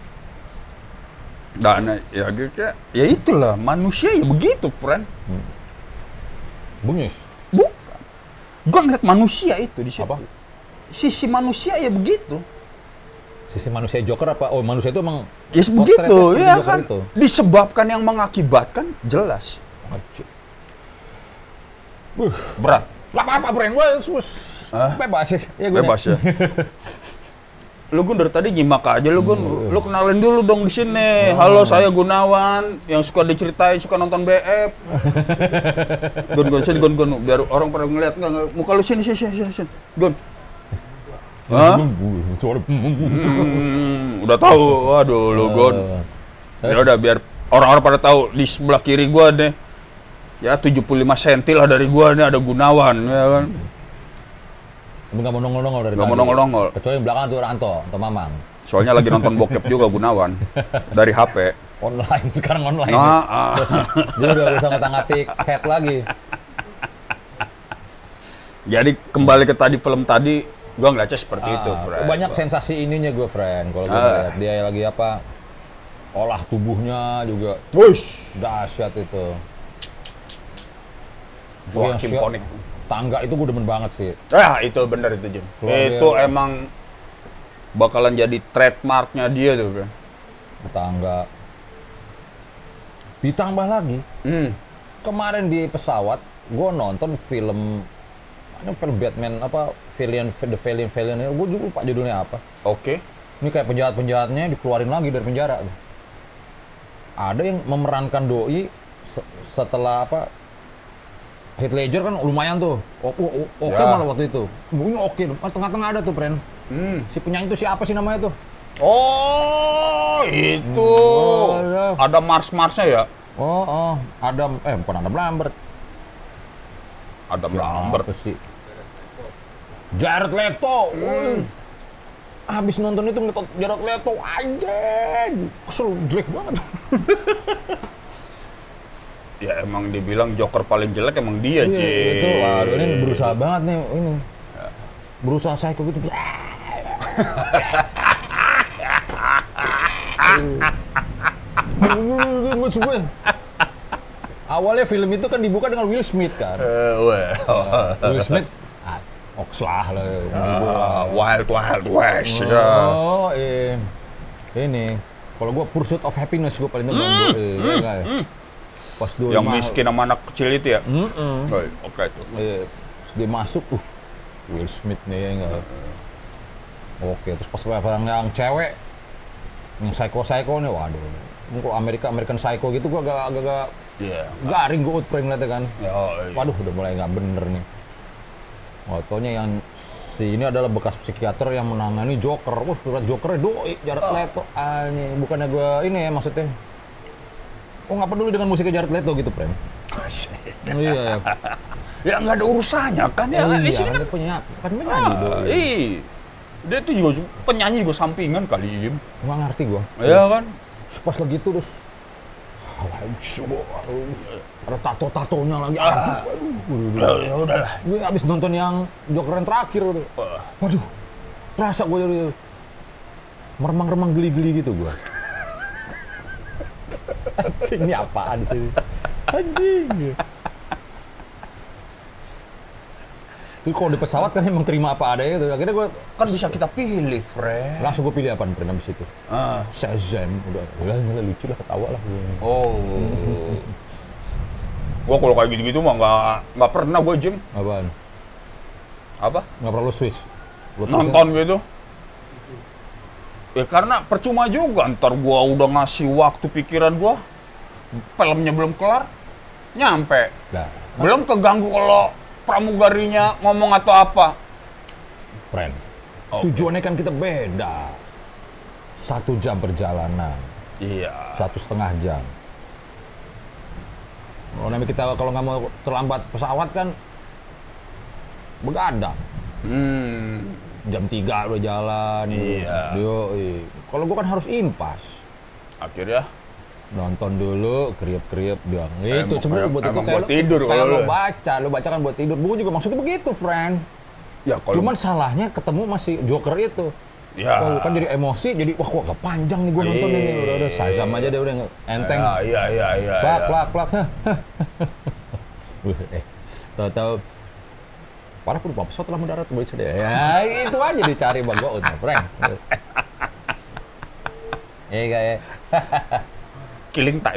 Dan ya gitu ya itulah manusia ya begitu, friend. Bungis? Bukan. Gua ngeliat manusia itu di situ. Apa? Sisi manusia ya begitu. Sisi manusia Joker apa? Oh, manusia itu emang ya begitu, ya kan. Itu. Disebabkan yang mengakibatkan jelas. Berat. Gak apa-apa, friend. Gue bebas ya. Bebas ya. Lu Gun dari tadi nyimak aja lu Gun. Lu kenalin dulu dong di sini. Halo, saya Gunawan yang suka diceritain, suka nonton BF. Gun, sini Gun, biar orang pada ngeliat enggak. Muka lu sini. Gun. Hah? Udah tahu. Waduh lu Gun. Ya udah biar orang-orang pada tahu di sebelah kiri gua deh. Ya 75 cm lah dari gua nih ada Gunawan ya kan. Nggak mau nongol-nongol dari Nggak mau nongol-nongol. Kecuali yang belakang tuh Ranto atau Mamang. Soalnya lagi nonton bokep juga Gunawan. Dari HP. Online, sekarang online. Dia udah bisa ngotak-ngatik head lagi. Jadi kembali ke tadi film tadi, gua ngeliatnya seperti itu, Fred. Banyak sensasi ininya gue, friend. Kalau gue lihat dia lagi apa, olah tubuhnya juga. Wush! Dahsyat itu. Joaquin Phoenix. Tangga itu gue demen banget sih. Itu bener itu, Jim. Itu emang bakalan jadi trademarknya dia tuh, Bro. Tangga. Ditambah lagi, kemarin di pesawat, gue nonton film Batman, apa, The Valiant, gue juga lupa judulnya apa. Oke. Ini kayak penjahat-penjahatnya dikeluarin lagi dari penjara. Ada yang memerankan doi setelah apa, Heath Ledger kan lumayan tuh, oke malah waktu itu. Ini oke, tengah-tengah ada tuh, friend. Si penyanyi itu siapa sih namanya tuh? Oh, itu. Ada Mars-Marsnya ya? Adam, bukan Adam Lambert. Adam Lambert sih. Jared Leto. Habis nonton itu ngeliat Jared Leto aja. Kesel, jelek banget. Ya emang dibilang Joker paling jelek emang dia, Ci. Itu, waduh, ini berusaha banget nih, ini. Berusaha psycho gitu. Awalnya film itu kan dibuka dengan Will Smith kan. Will Smith, okslah lah. Wild West. Ini, kalau gue Pursuit of Happiness gue paling demen. Pas yang miskin sama anak kecil itu ya? Oke tuh. Dia masuk, Will Smith nih ya enggak. Oke, terus pas yang cewek, yang psycho nih, waduh. Kalau American Psycho gitu gua agak garing gue ngeliatnya kan. Waduh, udah mulai nggak bener nih. Fotonya yang si ini adalah bekas psikiater yang menangani Joker. Surat Jokernya doi, Jared Leto. Bukannya gue ini ya maksudnya. Nggak peduli dengan musiknya Jared Leto gitu, friend. Iya ya. Ya nggak ada urusannya kan ya. Di sini kan penyanyi doi. Dia tuh juga penyanyi juga sampingan kali, Jim. Nggak ngerti gue. Iya kan? Pas lagi itu terus ada tato-tatonya lagi. Ya udahlah. Gue abis nonton yang Joker yang terakhir. Waduh, terasa gue jadi meremang-remang geli-geli gitu gue. Anjing, ini apaan sih? Anjing. Itu kalau di pesawat kan emang terima apa adanya gitu. Akhirnya gue kan bisa kita pilih, Fred. Langsung gue pilih apaan, Fred, abis itu. Shazam. Udah lucu lah, ketawa lah. Gua kalau kayak gitu-gitu mah nggak pernah gue, Jim. Apaan? Apa? Nggak pernah lu switch? Nonton gitu. Ya karena percuma juga, ntar gua udah ngasih waktu pikiran gua, filmnya belum kelar, nyampe. Belum keganggu kalau pramugarinya ngomong atau apa. Friend, tujuannya kan kita beda. 1 jam perjalanan. Iya. 1,5 jam. Kalau nggak mau terlambat pesawat kan begadang. Jam 3 udah jalan. Iya. Kalau gua kan harus impas. Akhirnya nonton dulu, kriep-kriep bilang. Itu cuma buat itu buat tidur kayak lo baca kan buat tidur. Gua juga maksudnya begitu, friend. Ya, cuman salahnya ketemu masih Joker itu. Ya. Kan jadi emosi, jadi wah kok agak panjang nih gua nonton ini. Udah Shazam aja deh, udah enteng. Iya. Plak. Tahu para penumpang pesawat telah mendarat kembali sudah. Ya itu aja dicari Bang Gout, friend. Kayak Killing time.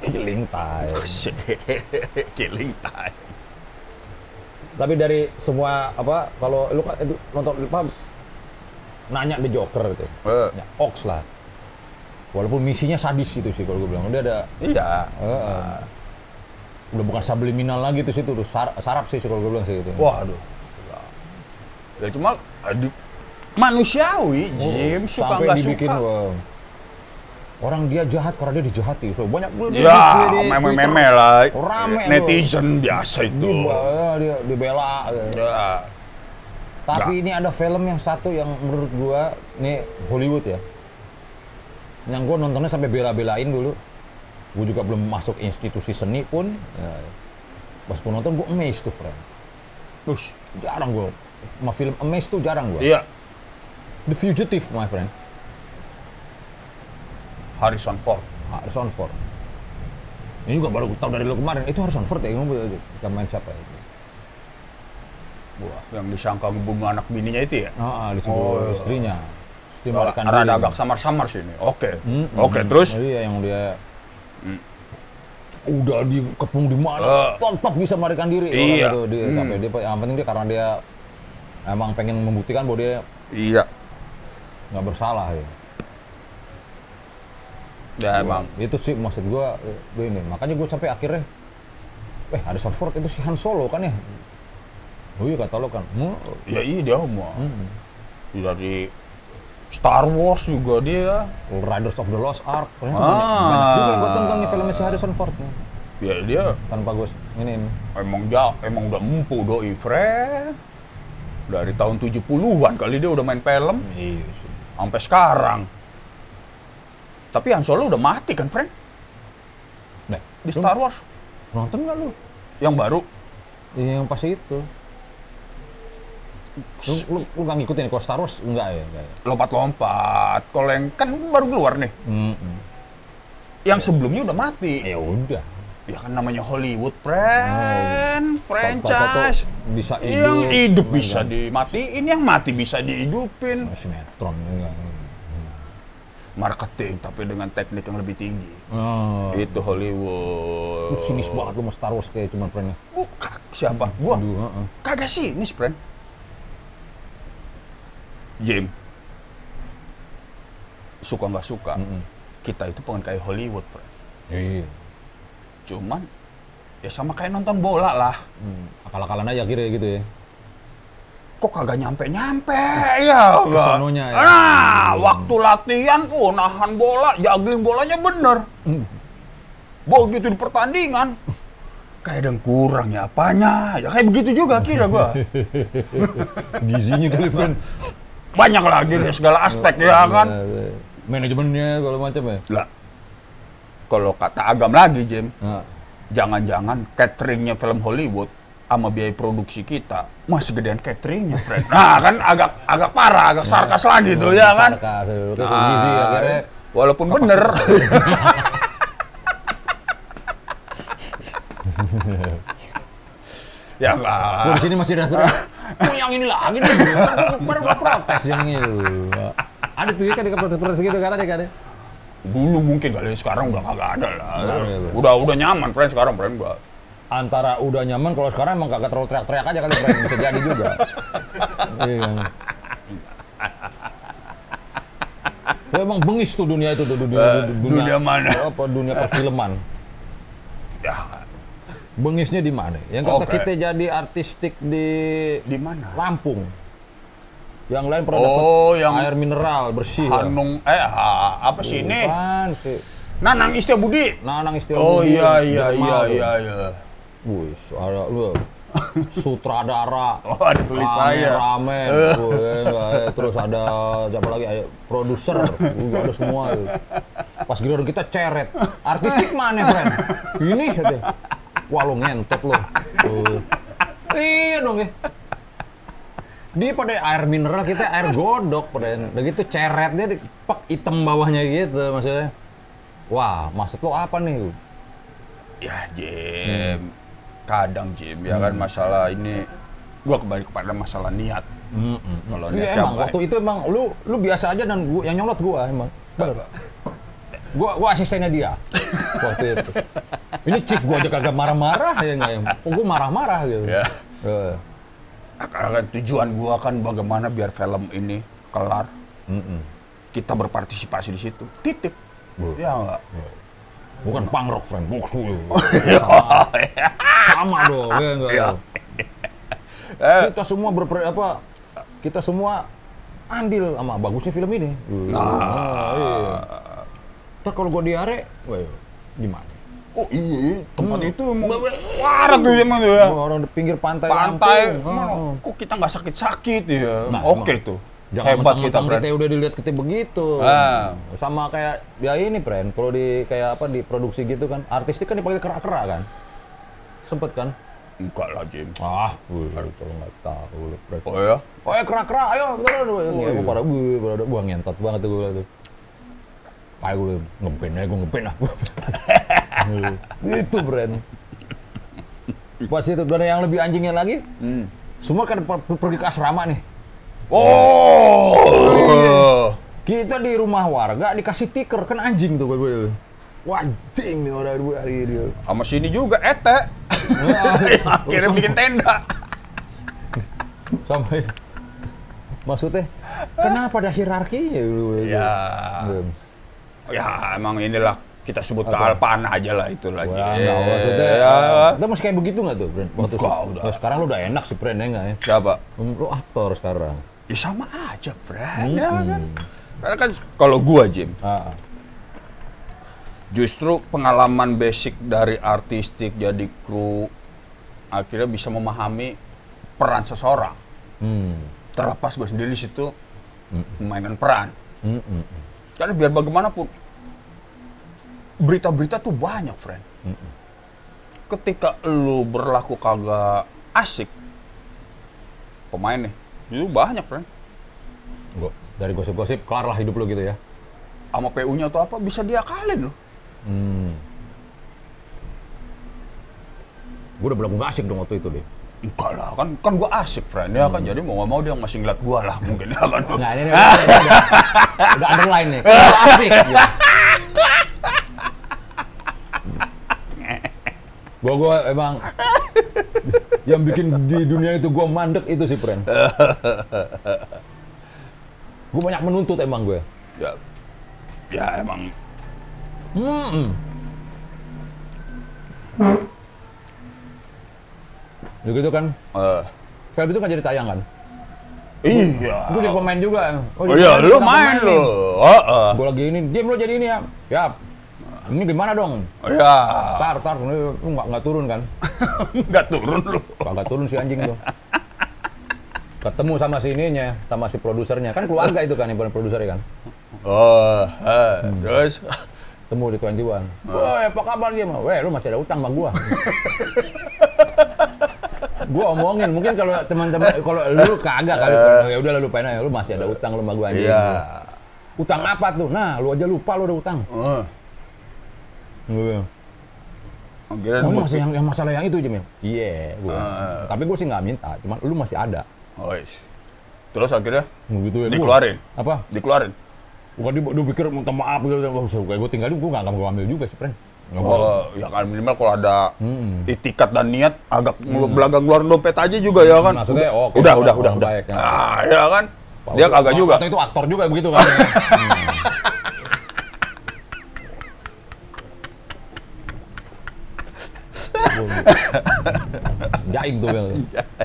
Killing time. Tapi dari semua apa, kalau lu nonton nanya The Joker gitu. Ya, Ox lah. Walaupun misinya sadis itu sih kalau gue bilang. Dia ada Iya. Udah bukan subliminal lagi tuh situ, sarap sih kalau gue bilang sih itu. Waduh. Ya cuma manusiawi, Jim, suka nggak suka. Orang dia jahat karena dia dijahati. So, banyak ya, meme-meme lah. Rame netizen biasa itu. Dia dibela. Ya. Tapi ini ada film yang satu yang menurut gua, ini Hollywood ya. Yang gua nontonnya sampai bela-belain dulu. Gua juga belum masuk institusi seni pun. Ya, pas gua nonton gua amazed tuh, friend. Jarang gua. Sama film amazed tuh jarang gua. Iya. The Fugitive, my friend. Harrison Ford. Ini juga baru tahu dari lo kemarin. Itu Harrison Ford ya? Kita main siapa ya? Yang disangka ngebunuh anak bininya itu ya? Disebut istrinya. Rada agak samar-samar sih ini. Oke, terus? Iya, yang dia udah dikepung di mana, tetap bisa melarikan diri. Iya. Sampai dia, yang penting dia karena dia emang pengen membuktikan bahwa dia nggak bersalah ya. Ya emang. Itu sih maksud gua ini. Makanya gua sampai akhirnya Harrison Ford itu si Han Solo kan ya? Oh iya kata lo kan. Ya iya dia mau. Dari Star Wars juga dia. Raiders of the Lost Ark. Banyak juga yang gua tonton nih filmnya si Harrison Ford. Ya dia tanpa gue ini. Emang udah empu doi, friend. Dari tahun 70-an kali dia udah main film. Iya sih. Sampai sekarang. Tapi Han Solo udah mati kan, friend? Di Star Wars. Nonton nggak lu? Yang baru? Yang pas itu. Lu nggak ngikutin kalau Star Wars? Enggak ya? Lompat-lompat. Kalau yang kan baru keluar nih. Yang sebelumnya udah mati. Ya udah. Ya kan namanya Hollywood, friend. Franchise. Bisa hidup. Yang hidup bisa dimatiin, yang mati bisa dihidupin. Sinetron enggak. Marketing tapi dengan teknik yang lebih tinggi. Itu Hollywood. Lu sinis banget lu sama Star Wars kayak cuman friendnya. Siapa? Gua? Kagak sinis, friend. Jim, suka nggak suka, kita itu pengen kayak Hollywood, friend. Iya. Cuman, ya sama kayak nonton bola lah. Akal-akalan aja kira gitu ya. Kok kagak nyampe-nyampe ya? Kesononya ya. Waktu latihan, nahan bola, juggling bolanya bener. Begitu di pertandingan, kayak ada yang kurang ya apanya. Ya kayak begitu juga kira gua. Gizinya kali, friend. Banyak lagi segala aspek ya kan. Manajemennya kalau macam ya. Lah, kalau kata Agam lagi, Jim, jangan-jangan cateringnya film Hollywood sama biaya produksi kita masih gedean cateringnya, friend. Nah kan agak parah, agak sarkas lagi tuh ya kan. Gizi akhirnya. Walaupun bener. Ya enggak. Di sini masih ada terus. Yang ini lagi nih. Baru protes yang ini. Ada tuh ya kan protes gitu kan ada kan. Dulu mungkin kali, sekarang udah kagak ada lah. Udah nyaman, friend, sekarang, friend, gua. Antara udah nyaman, kalau sekarang emang kagak terlalu teriak-teriak aja kali, friend. Bisa jadi juga. Iya. Ya, emang bengis tuh dunia itu tuh, dunia mana? Apa dunia perfilman? Ya. Bengisnya di mana? Yang kata kita jadi artistik di mana? Lampung. Yang lain pernah dapat air mineral bersih. Hanung, apa sih ini? Bukan sih. Nanang Istiabudi. Nanang Oh Istiabudi. iya. Wih, ada lu sutradara. Ada tulis saya. Ramen. Terus ada siapa lagi? Produser. Ada semua. Pas giliran kita ceret. Artistik mana, friend? Ini katanya. Wah, lu ngentot lu. Iya dong ya. Dia pada air mineral, kita air godok pada begitu ceretnya pak hitam bawahnya gitu maksudnya. Wah, maksud lo apa nih? Ya, Jim. Kadang, Jim, ya kan masalah ini gua kembali kepada masalah niat. Kalau niat emang waktu itu emang lu biasa aja dan gua yang nyolot gua emang. Gua asistennya dia waktu itu. Ini chief gua aja kagak marah-marah ya enggak. Gua marah-marah gitu. Ya. Karena tujuan gua kan bagaimana biar film ini kelar, kita berpartisipasi di situ. Titik. Ya enggak? Bukan punk rock, friend. Sama dong, ya enggak? Ya. Kita semua kita semua andil sama bagusnya film ini. Iya. Ntar kalau gue diare, gimana? Oh iya, tempat itu emang warak tuh emang tuh ya. Orang di pinggir pantai. Kok kita nggak sakit-sakit ya? Nah, Oke tuh. Jangan hebat kita, kita udah dilihat kita begitu. Sama kayak ya ini, friend. Kalau di kayak apa di produksi gitu kan, artistik kan dipakai kerak-kerak kan. Sempet kan? Enggak lah, Jim. Kalau nggak tahu. Oh ya? Oh ya kerak-kerak, ayo. Gue pada ngentot banget tuh gue tuh. Kayak gue ngeband lah. Itu, friend. Pas itu, dan yang lebih anjingnya lagi, semua kan pergi ke asrama nih. Kita di rumah warga dikasih tiker, kan anjing tuh gue. Wajing nih orang hari dia. Sama sini juga Ete. Akhirnya bikin tenda. Sampai maksudnya kenapa ada hierarkinya? Ya emang inilah kita sebut kealpaan aja lah itu lagi. Kita masih kayak begitu nggak tuh, Bren? Udah. Sekarang lu udah enak sih, Bren, ya nggak ya? Siapa? Lu aktor sekarang. Ya sama aja, Bren. Ya kan? Karena kan kalau gua, Jim, justru pengalaman basic dari artistik jadi kru akhirnya bisa memahami peran seseorang. Terlepas gua sendiri di situ memainkan peran. Karena biar bagaimanapun berita-berita tuh banyak, friend. Ketika lu berlaku kagak asik, pemain nih, itu banyak, friend. Dari gosip-gosip, kelar lah hidup lu gitu ya? Sama PU-nya atau apa, bisa diakalin lu. Gue udah bilang gue gak asik dong waktu itu deh. Enggak lah, kan gua asik, friend. Ya kan, jadi mau nggak mau dia masih ngeliat gua lah, mungkin ya kan. Nggak, ini udah underline nih. Kalau asik. Gue emang yang bikin di dunia itu gue mandek itu sih, friend. Gue banyak menuntut emang gue. Ya emang. Begitu kan? Film itu kan jadi tayang kan? Iya. Gue jadi pemain juga. Iya, lu main lu. Gue lagi ini, diam lu jadi ini ya. Ya. Ini gimana dong? Iya. Tar, lu nggak turun kan? Nggak turun lu. Nggak turun si anjing tuh. Ketemu sama si ininya, sama si produsernya. Kan keluarga itu kan, yang produsernya kan? Terus? Temu di 21. Woi, apa kabar dia mah? Weh, lu masih ada utang sama gua. Gua omongin, mungkin kalau teman-teman, kalau lu kagak kali, ya udah lu lupain aja, lu masih ada utang lu sama gua anjing. Iya. Utang apa tuh? Nah, lu aja lupa lu ada utang. Oh, masih yang masalah yang itu, Jim. Iya, gua. Tapi gua sih nggak minta, cuman lu masih ada. Terus akhirnya gitu ya, dikeluarin? Apa? Dikeluarin? Bukan dia pikir minta maaf gitu, kayak gue tinggalin, gue nggak ambil juga sih, friend. Ya kan minimal kalau ada itikat dan niat agak belagang keluarin dompet aja juga ya kan. Maksudnya, udah. Baik, ya. Nah, ya kan. Dia kagak juga. Atau itu aktor juga begitu kan. Jaing tuh Bel.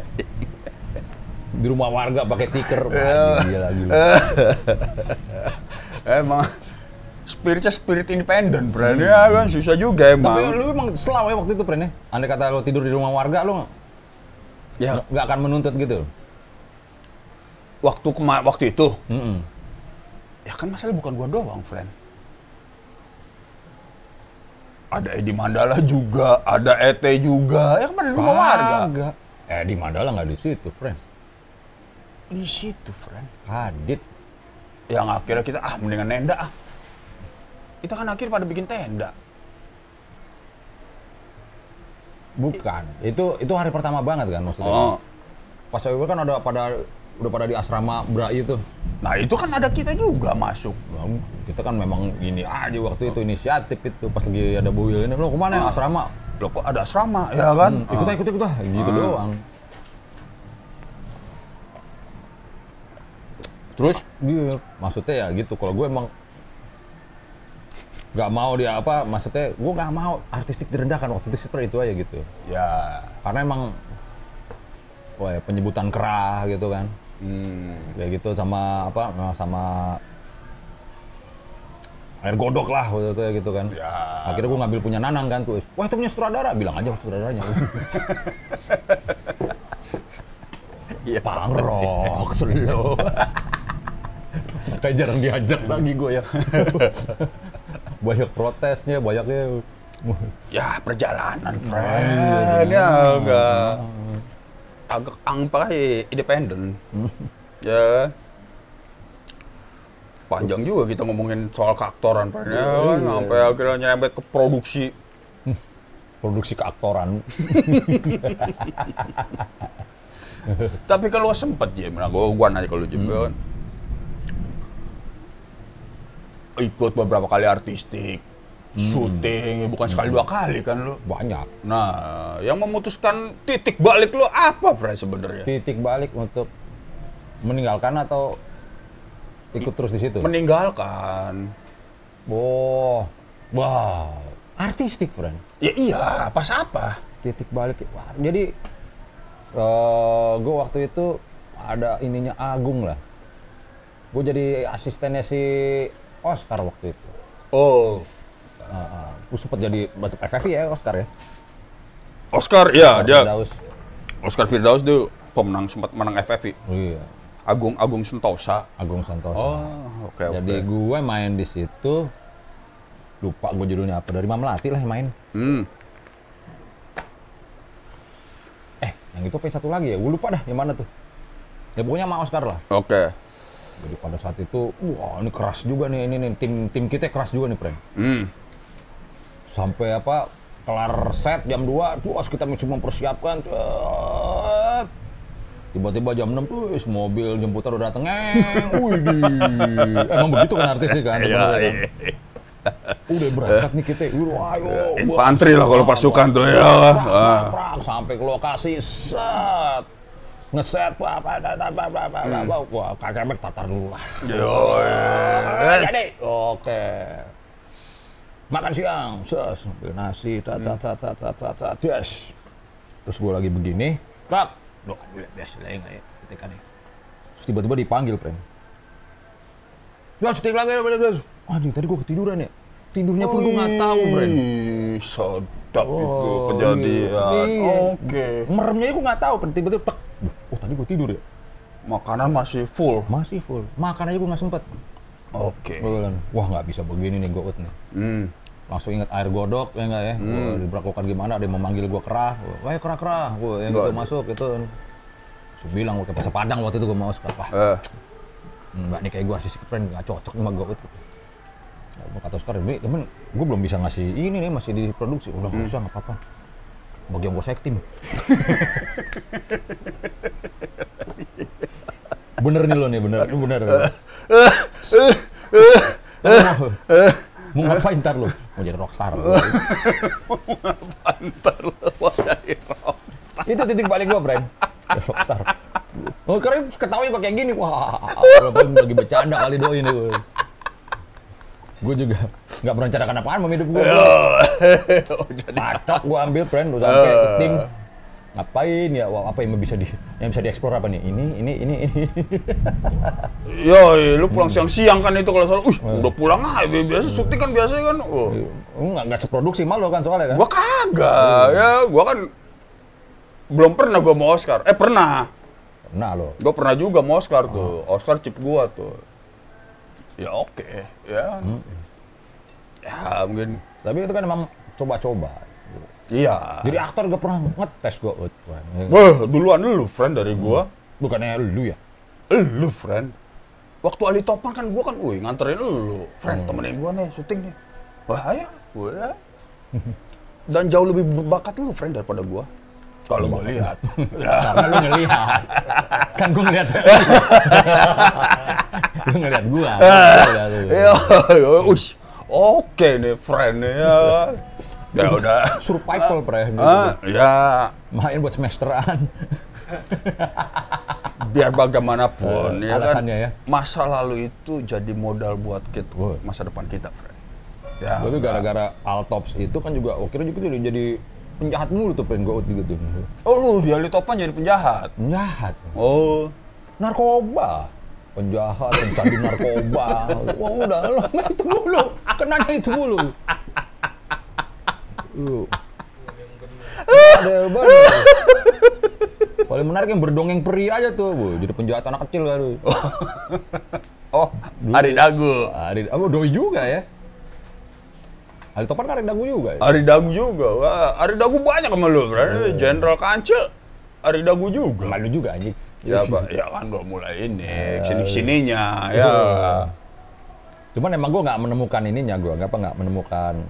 Di rumah warga pakai tiker. Dia lagi. Emang spiritnya spirit independen, friend. Ya kan susah juga emang. Tapi lu emang selau ya waktu itu, friend ya? Andai kata lu tidur di rumah warga, lu nggak akan menuntut gitu? Waktu itu? Ya kan masalah bukan gua doang, friend. Ada Edi Mandala juga, ada Ete juga. Ya kan di rumah warga. Edi Mandala nggak di situ, friend. Di situ, friend. Adit. Yang akhirnya kita, mendingan nenda Kita kan akhirnya pada bikin tenda. Bukan. Itu hari pertama banget kan maksudnya. Pas itu kan udah pada di asrama Brai itu. Nah, itu kan ada kita juga masuk. Nah, kita kan memang gini aja waktu itu inisiatif itu pas lagi ada Bowie ini. Lo kemana ya asrama? Lo kok ada asrama, ya kan? Ikut gitu doang. Terus dia maksudnya ya gitu. Kalau gue emang nggak mau dia apa, maksudnya gue nggak mau artistik direndahkan waktu itu seperti itu aja gitu. Ya. Karena emang penyebutan kerah gitu kan. Kayak gitu sama apa sama air godok lah waktu itu gitu kan. Ya. Akhirnya gue ngambil punya Nanang kan tuh. Wah itu punya sutradara, bilang aja sutradaranya. Iya. Pangrok selo. Kayak jarang diajak lagi gue ya. Banyak protesnya, banyaknya. Ya perjalanan, friend. Ya agak independen. Ya. Panjang juga kita ngomongin soal keaktoran, friend. Ya kan, sampai akhirnya nyerempet ke produksi. Produksi keaktoran. Tapi kalau sempet Jim, nah gua nanya kalau Jim kan ikut beberapa kali artistik, syuting, bukan sekali dua kali kan lo? Banyak. Nah, yang memutuskan titik balik lo apa, Bray, sebenarnya? Titik balik untuk meninggalkan atau ikut terus di situ? Meninggalkan. Oh, wow, artistik, friend. Ya iya, pas apa? Titik balik. Wah, jadi gue waktu itu ada ininya Agung lah. Gue jadi asistennya si Oscar waktu itu. Oh. Gue sempat jadi batu FFI ya Oscar ya. Oscar, iya dia. Firdaus. Oscar Firdaus tuh pemenang, sempat menang FFI. Oh, iya. Agung Sentosa. Agung Santosa. Oh, oke. Jadi gue main di situ. Lupa gue judulnya apa, dari Mama Melati lah yang main. Yang itu apa satu lagi ya? Gue lupa dah yang mana tuh. Ya pokoknya sama Oscar lah. Oke. Jadi pada saat itu, wah ini keras juga nih, ini tim kita keras juga nih, friend. Sampai apa, kelar set jam 2, terus kita masih mempersiapkan. Tiba-tiba jam 6, tuh mobil jemputan udah dateng. Emang begitu kan artisnya kan? Iya. Udah berangkat nih kita, ayo. Infanteri lah kalau pasukan tuh ya. Sampai ke lokasi, set. Ngeset, wah kakek tatar dulu lah. Jadi, oke. Makan siang, nasi, des. Terus gue lagi begini, kak, biasa lah ya, ketika nih. Terus tiba-tiba dipanggil, friend. Ya, syuting lagi, anjing, tadi gue ketiduran ya. Tidurnya pun gue nggak tahu, friend. Sedap itu kejadian. Oke. Meremnya gue nggak tahu, tiba-tiba tadi gue tidur ya. Makanan masih full. Masih full. Makan aja gue nggak sempet. Oke. Wah nggak bisa begini nih gue nih. Langsung ingat air godok ya nggak ya. Diberlakukan gimana? Ada yang memanggil gue kerah. Wah kerah. Yang gitu masuk itu. Terus bilang gue ke Pasar Padang waktu itu gue mau Oscar. Mbak nih kayak gue artis keren nggak cocok sama gue gitu. Kata Oscar, temen gue belum bisa ngasih ini nih, masih diproduksi. Udah nggak usah, nggak apa-apa. Bagian gue sektim. Bener nih lo nih, bener. Mau ngapain ntar lo? Mau jadi rockstar. Mau jadi rockstar. Itu titik balik gue, Bray. Rockstar. Oh, karena ketawanya kok kayak gini. Wah, lagi bercanda kali doi nih gue. Gue juga nggak merencanakan apaan sama hidup gue. Pacok gue ambil, friend, udah sampai ke tim. Ngapain ya? Wah, apa yang bisa dieksplor apa nih? Ini. Yoi, lu pulang siang-siang kan itu kalau soal, udah pulang aja. Biasa syuting kan biasanya kan. Nggak seproduksi malu kan soalnya kan? Gua kagak, ya. Gua kan belum pernah gua mau Oscar. Pernah. Pernah lo. Gua pernah juga mau Oscar tuh. Oscar chip gua tuh. Ya oke, ya. Ya mungkin. Tapi itu kan emang coba-coba. Iya. Jadi aktor gak pernah ngetes gua. Wah, duluan lu, friend, dari gua. Bukannya lu ya? Lu, friend. Waktu Ali Topan kan gua kan, nganterin lu. Friend, temenin gua nih, syuting nih. Wah, ayo. Gua. Dan jauh lebih berbakat lu, friend, daripada gua. Kalau gua lihat. Karena lu ngelihat. Kan gua ngelihat. Lu ngelihat gua. Oke nih, friend ya. Udah. Survival, friend. Ya. Main buat semesteran. Biar bagaimanapun, ya kan, ya. masa lalu itu jadi modal buat kita, masa depan kita, Fred. Ya, tapi gara-gara Altops itu kan juga, kira juga jadi penjahat mulu tuh, pengen gout gitu. Oh, lu di Alitopan jadi penjahat? Penjahat. Oh. Narkoba. Penjahat, pencandu narkoba. Wah udah, itu mulu. Kenanya itu mulu. Ada bener. Paling menarik yang berdongeng peri aja tuh, jadi penjahat anak kecil kan. Oh, Ari Dagu. Doi juga ya. Alitopan kan Ari Dagu juga ya? Ari Dagu juga. Wah, Ari Dagu banyak sama lu, berarti Jenderal Kancil, Ari Dagu juga. Malu juga anjing. Ya, ya kan udah mulai ini, sini-sininya, ya. Cuman emang gue nggak menemukan ininya, nggak menemukan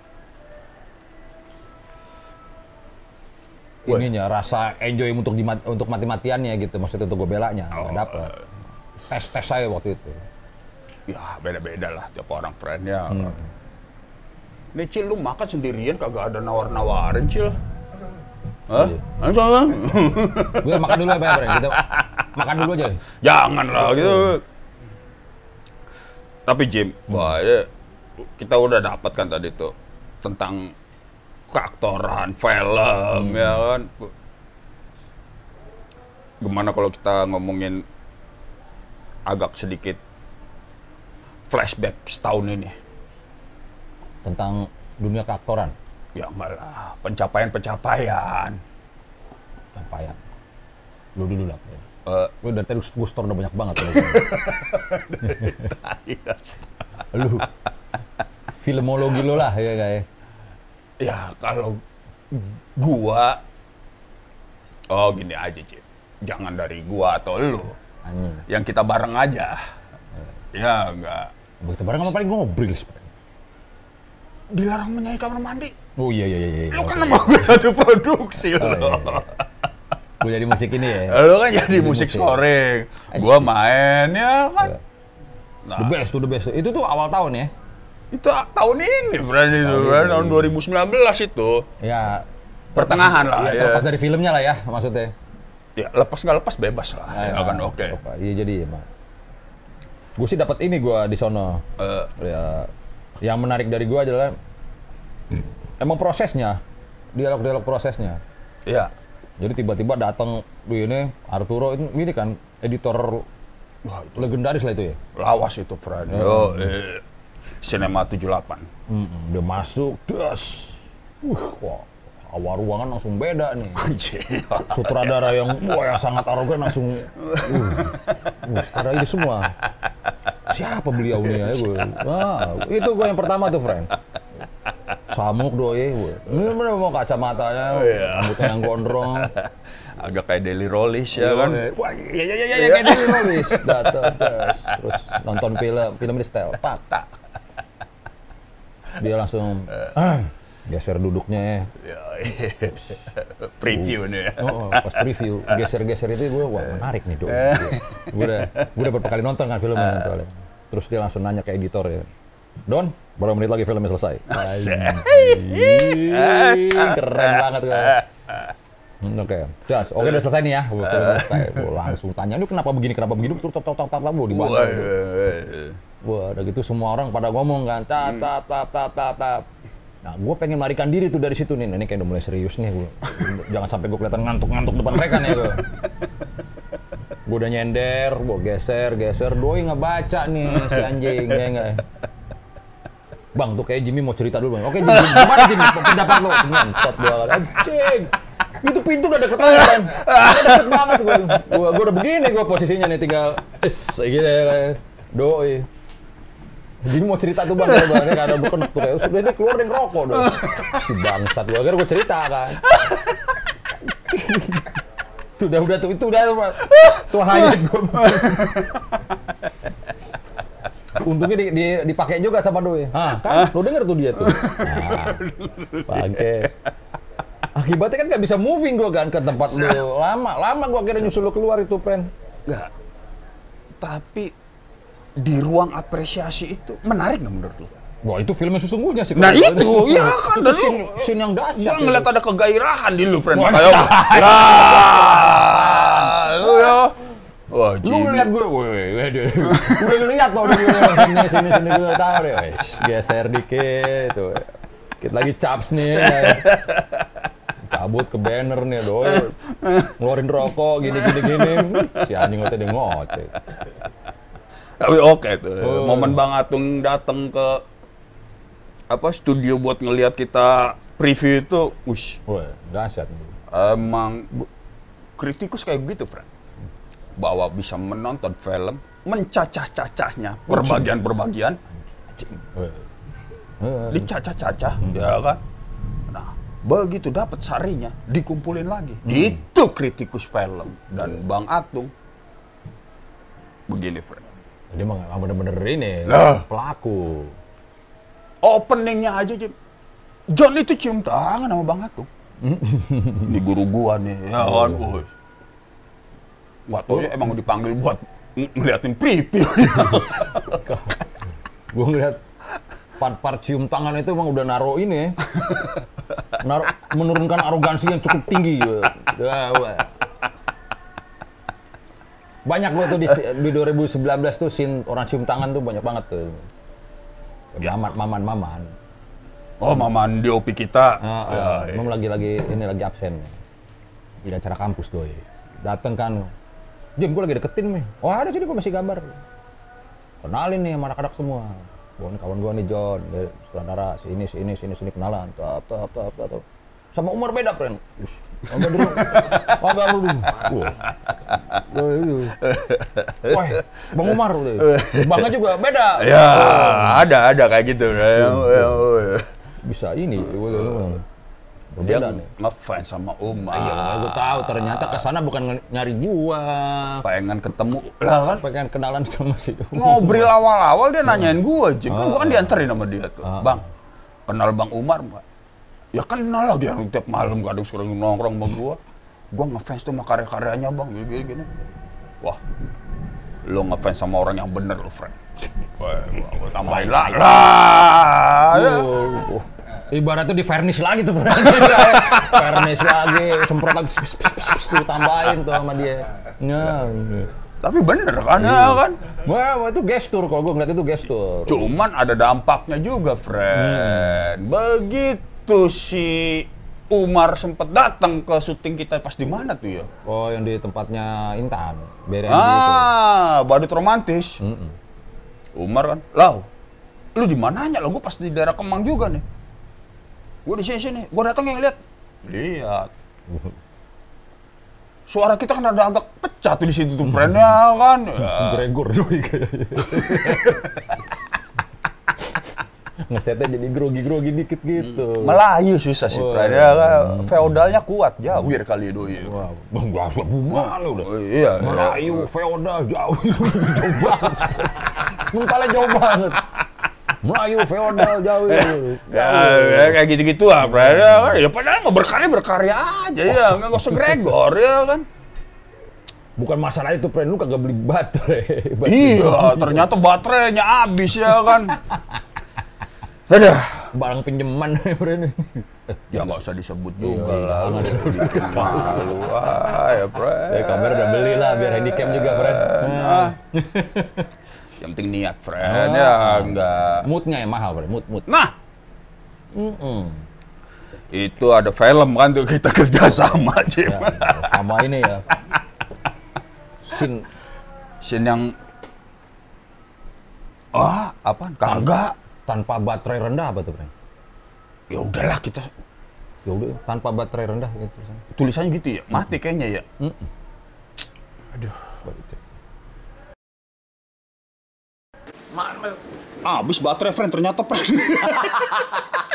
ininya, rasa enjoy untuk mati-matiannya gitu, maksudnya untuk gue belanya, nggak dapet. Tes saya waktu itu. Ya beda-beda lah tiap orang, friend ya. Nih Cil, lu makan sendirian kagak ada nawar-nawarin, Cil. Hah? Gue makan dulu apa ya, Bro? Kita makan dulu aja. Jangan lah gitu. Tapi Jim, wah ya, kita udah dapat kan tadi tuh tentang keaktoran, film, ya kan. Gimana kalau kita ngomongin agak sedikit flashback setahun ini? Tentang dunia keaktoran? Ya malah pencapaian. Lu dulu lah. Lu dari tadi gue store udah banyak banget. Lu filmologi lu lah ya guys. Ya kalau gua, gini aja Cip, jangan dari gua atau lu, yang kita bareng aja. Ya enggak. Kita bareng sama paling ngobrol. Dilarang menyanyi kamar mandi. Oh iya. Lu kan sama gue satu produksi lo. Gue jadi musik ini ya. Lu kan jadi musik scoring. Gua main ya kan. Nah. The best. Itu tuh awal tahun ya? Itu tahun ini berarti itu, tahun 2019 itu. Ya. Pertengahan lah ya. Lepas dari filmnya lah ya maksudnya. Ya lepas nggak lepas bebas lah. Ya kan oke. Iya jadi emang. Gue sih dapat ini gue di sono. Ya. Yang menarik dari gue adalah emang prosesnya, dialog prosesnya. Iya. Jadi tiba-tiba datang ini Arturo ini kan editor legendaris lah itu ya. Lawas itu friend. Cinema 78. Dia masuk, wah, awal ruangan langsung beda nih. Sutradara yang sangat arogan langsung, ada ini semua. Siapa beliau nih ya gue? Itu gue yang pertama tuh, friend. Samuk doi, ini mau kacamatanya, rambutnya yang gondrong. Agak kayak Deli Rollis ya kan? Wah, iya kayak Deli Rollis. Terus nonton film di style, tak. Dia langsung geser duduknya ya. Preview nih. Pas preview, geser-geser itu gue, wah menarik nih doi. Gue udah beberapa kali nonton kan filmnya. Terus dia langsung nanya ke editor ya, Don, berapa menit lagi filmnya selesai? Keren banget gue. Oke, udah selesai nih ya. Langsung tanya, ini kenapa begini? Terus tak dibahas. Wah, udah gitu semua orang pada ngomong kan, tap. Nah, gue pengen melarikan diri tuh dari situ nih. Ini kayak udah mulai serius nih gue. Jangan sampai gue kelihatan ngantuk depan mereka nih gue. Gue udah nyender, gue geser, doi ngebaca nih si anjing, enggak. Bang, tuh kayak Jimmy mau cerita dulu, Bang. Oke, Jimmy, gimana Jimmy? Pendapat lo? Ngentot gue, anjing. Itu pintu udah deket kan. Deket banget gue. Gue udah begini gue posisinya nih, tinggal gitu ya, doi. Jimmy mau cerita tuh Bang, kayak ada bukan tuh kayak sudah ini keluar dari ngerokok dong. Si bangsat gue, akhirnya gue cerita kan. Itu udah tuh hanya gue. Untungnya dipakai juga sama doi. Kan lo denger tuh dia tuh. Pakai. Akibatnya kan nggak bisa moving gue kan ke tempat lo. Lama gue akhirnya nyusul lo keluar itu, friend. Nggak. Tapi di ruang apresiasi itu menarik nggak menurut lo? Wah, itu filmnya sesungguhnya sih. Nah itu, ya kan. Scene yang dahsyat. Gue ngeliat ada kegairahan di lu, friend. Wah, Lu ngeliat gue, udah ngeliat tuh, sini gue tahu deh, geser dikit, tuh. Dikit lagi caps nih, cabut ke banner nih, doi, ngeluarin rokok, gini, si anjing ngoceh. Tapi oke tuh, momen Bang Atung datang ke studio buat ngelihat kita preview itu, wah, dahsyat. Emang kritikus kayak gitu, friend. Bahwa bisa menonton film, mencacah-cacahnya perbagian-perbagian, dicacah-cacah, ya kan? Nah, begitu dapat sarinya, dikumpulin lagi. Itu kritikus film. Dan Bang Atung, begini, friend. Dia memang bener-bener ini, pelaku. Openingnya aja, John itu cium tangan sama Bang Atung. Ini guru gua nih, ya kan? Nggak tau ya emang dipanggil buat ngeliatin preview. Gue ngeliat part-part cium tangan itu emang udah naro ini, menurunkan arogansi yang cukup tinggi. Banyak gue tuh di 2019 tuh scene orang cium tangan tuh banyak banget tuh. Maman. Oh, Maman DOP kita. Mam lagi absen di acara kampus doi. Dateng kan, Jim, gue lagi deketin nih. Oh ada, jadi gue masih gambar. Kenalin nih sama anak-anak semua. Gue nih kawan gue nih John, sutradara, si ini kenalan. Tuh. Sama Umar beda, friend. Agak dulu. Wah, Bang Umar tuh. Bangnya juga beda. Ya, ada kayak gitu. Bisa ini. Dia ngefans sama Umar. Iya, gue tahu ternyata kesana bukan nyari gua. Pengen ketemu lah kan? Pengen kenalan sama si Umar. Ngobrol awal-awal dia nanyain gua, Jim. Kan gua kan dianterin sama dia tuh. Bang, kenal Bang Umar nggak? Ya kenal lah dia tiap malam kadang suka nongkrong sama gua. Gua ngefans tuh sama karya-karyanya Bang, gini. Wah, lo ngefans sama orang yang bener lo, friend. Wah, gua tambahin lah. Ibaratnya di varnish lagi tuh, varnish lagi, semprot lagi, tuh tambahin tuh sama dia. Tapi bener kan, ya kan? Wah, itu gestur, kalau gue ngeliat itu gestur. Cuman ada dampaknya juga, friend. Begitu si Umar sempet datang ke syuting kita pas di mana tuh ya? Oh, yang di tempatnya Intan, BRMG Badut Romantis. Umar kan, lu di mananya? Gue pas di daerah Kemang juga nih. Gue di sini, gue datang yang lihat. Suara kita kan ada agak pecah tuh di situ tuh, friend-nya kan. Gregor doi kayaknya. Ngesetnya jadi grogi-grogi dikit gitu. Melayu susah sih, friend. Feodalnya kuat, jawir kali doi. Wah, Bang, gimana udah? Iya. Melayu, feodal, jauh banget. Mentalnya jauh banget. Melayu, feodal, jauh. Ya, kayak gitu-gitu lah, friend. Ya padahal mau berkarya aja ya, nggak usah Gregor ya kan. Bukan masalah itu, friend, lu kagak beli baterai. Iya, ternyata baterainya habis ya kan. Aduh. Barang pinjaman, friend. Ya nggak usah disebut juga lah. Bikin malu, ya friend. Kamera udah beli lah, biar handicap juga, friend. Yang penting niat, friend. Ya enggak. Moodnya yang mahal, friend. Mood. Nah. Itu ada film kan tuh kita kerja sama, Jim. Ya, sama ini ya. Scene yang kagak tanpa baterai rendah apa tuh, friend? Ya udahlah kita. Ya udah, tanpa baterai rendah gitu. Tulisannya gitu ya. Mati kayaknya ya. Aduh. Habis baterai, friend, ternyata, friend.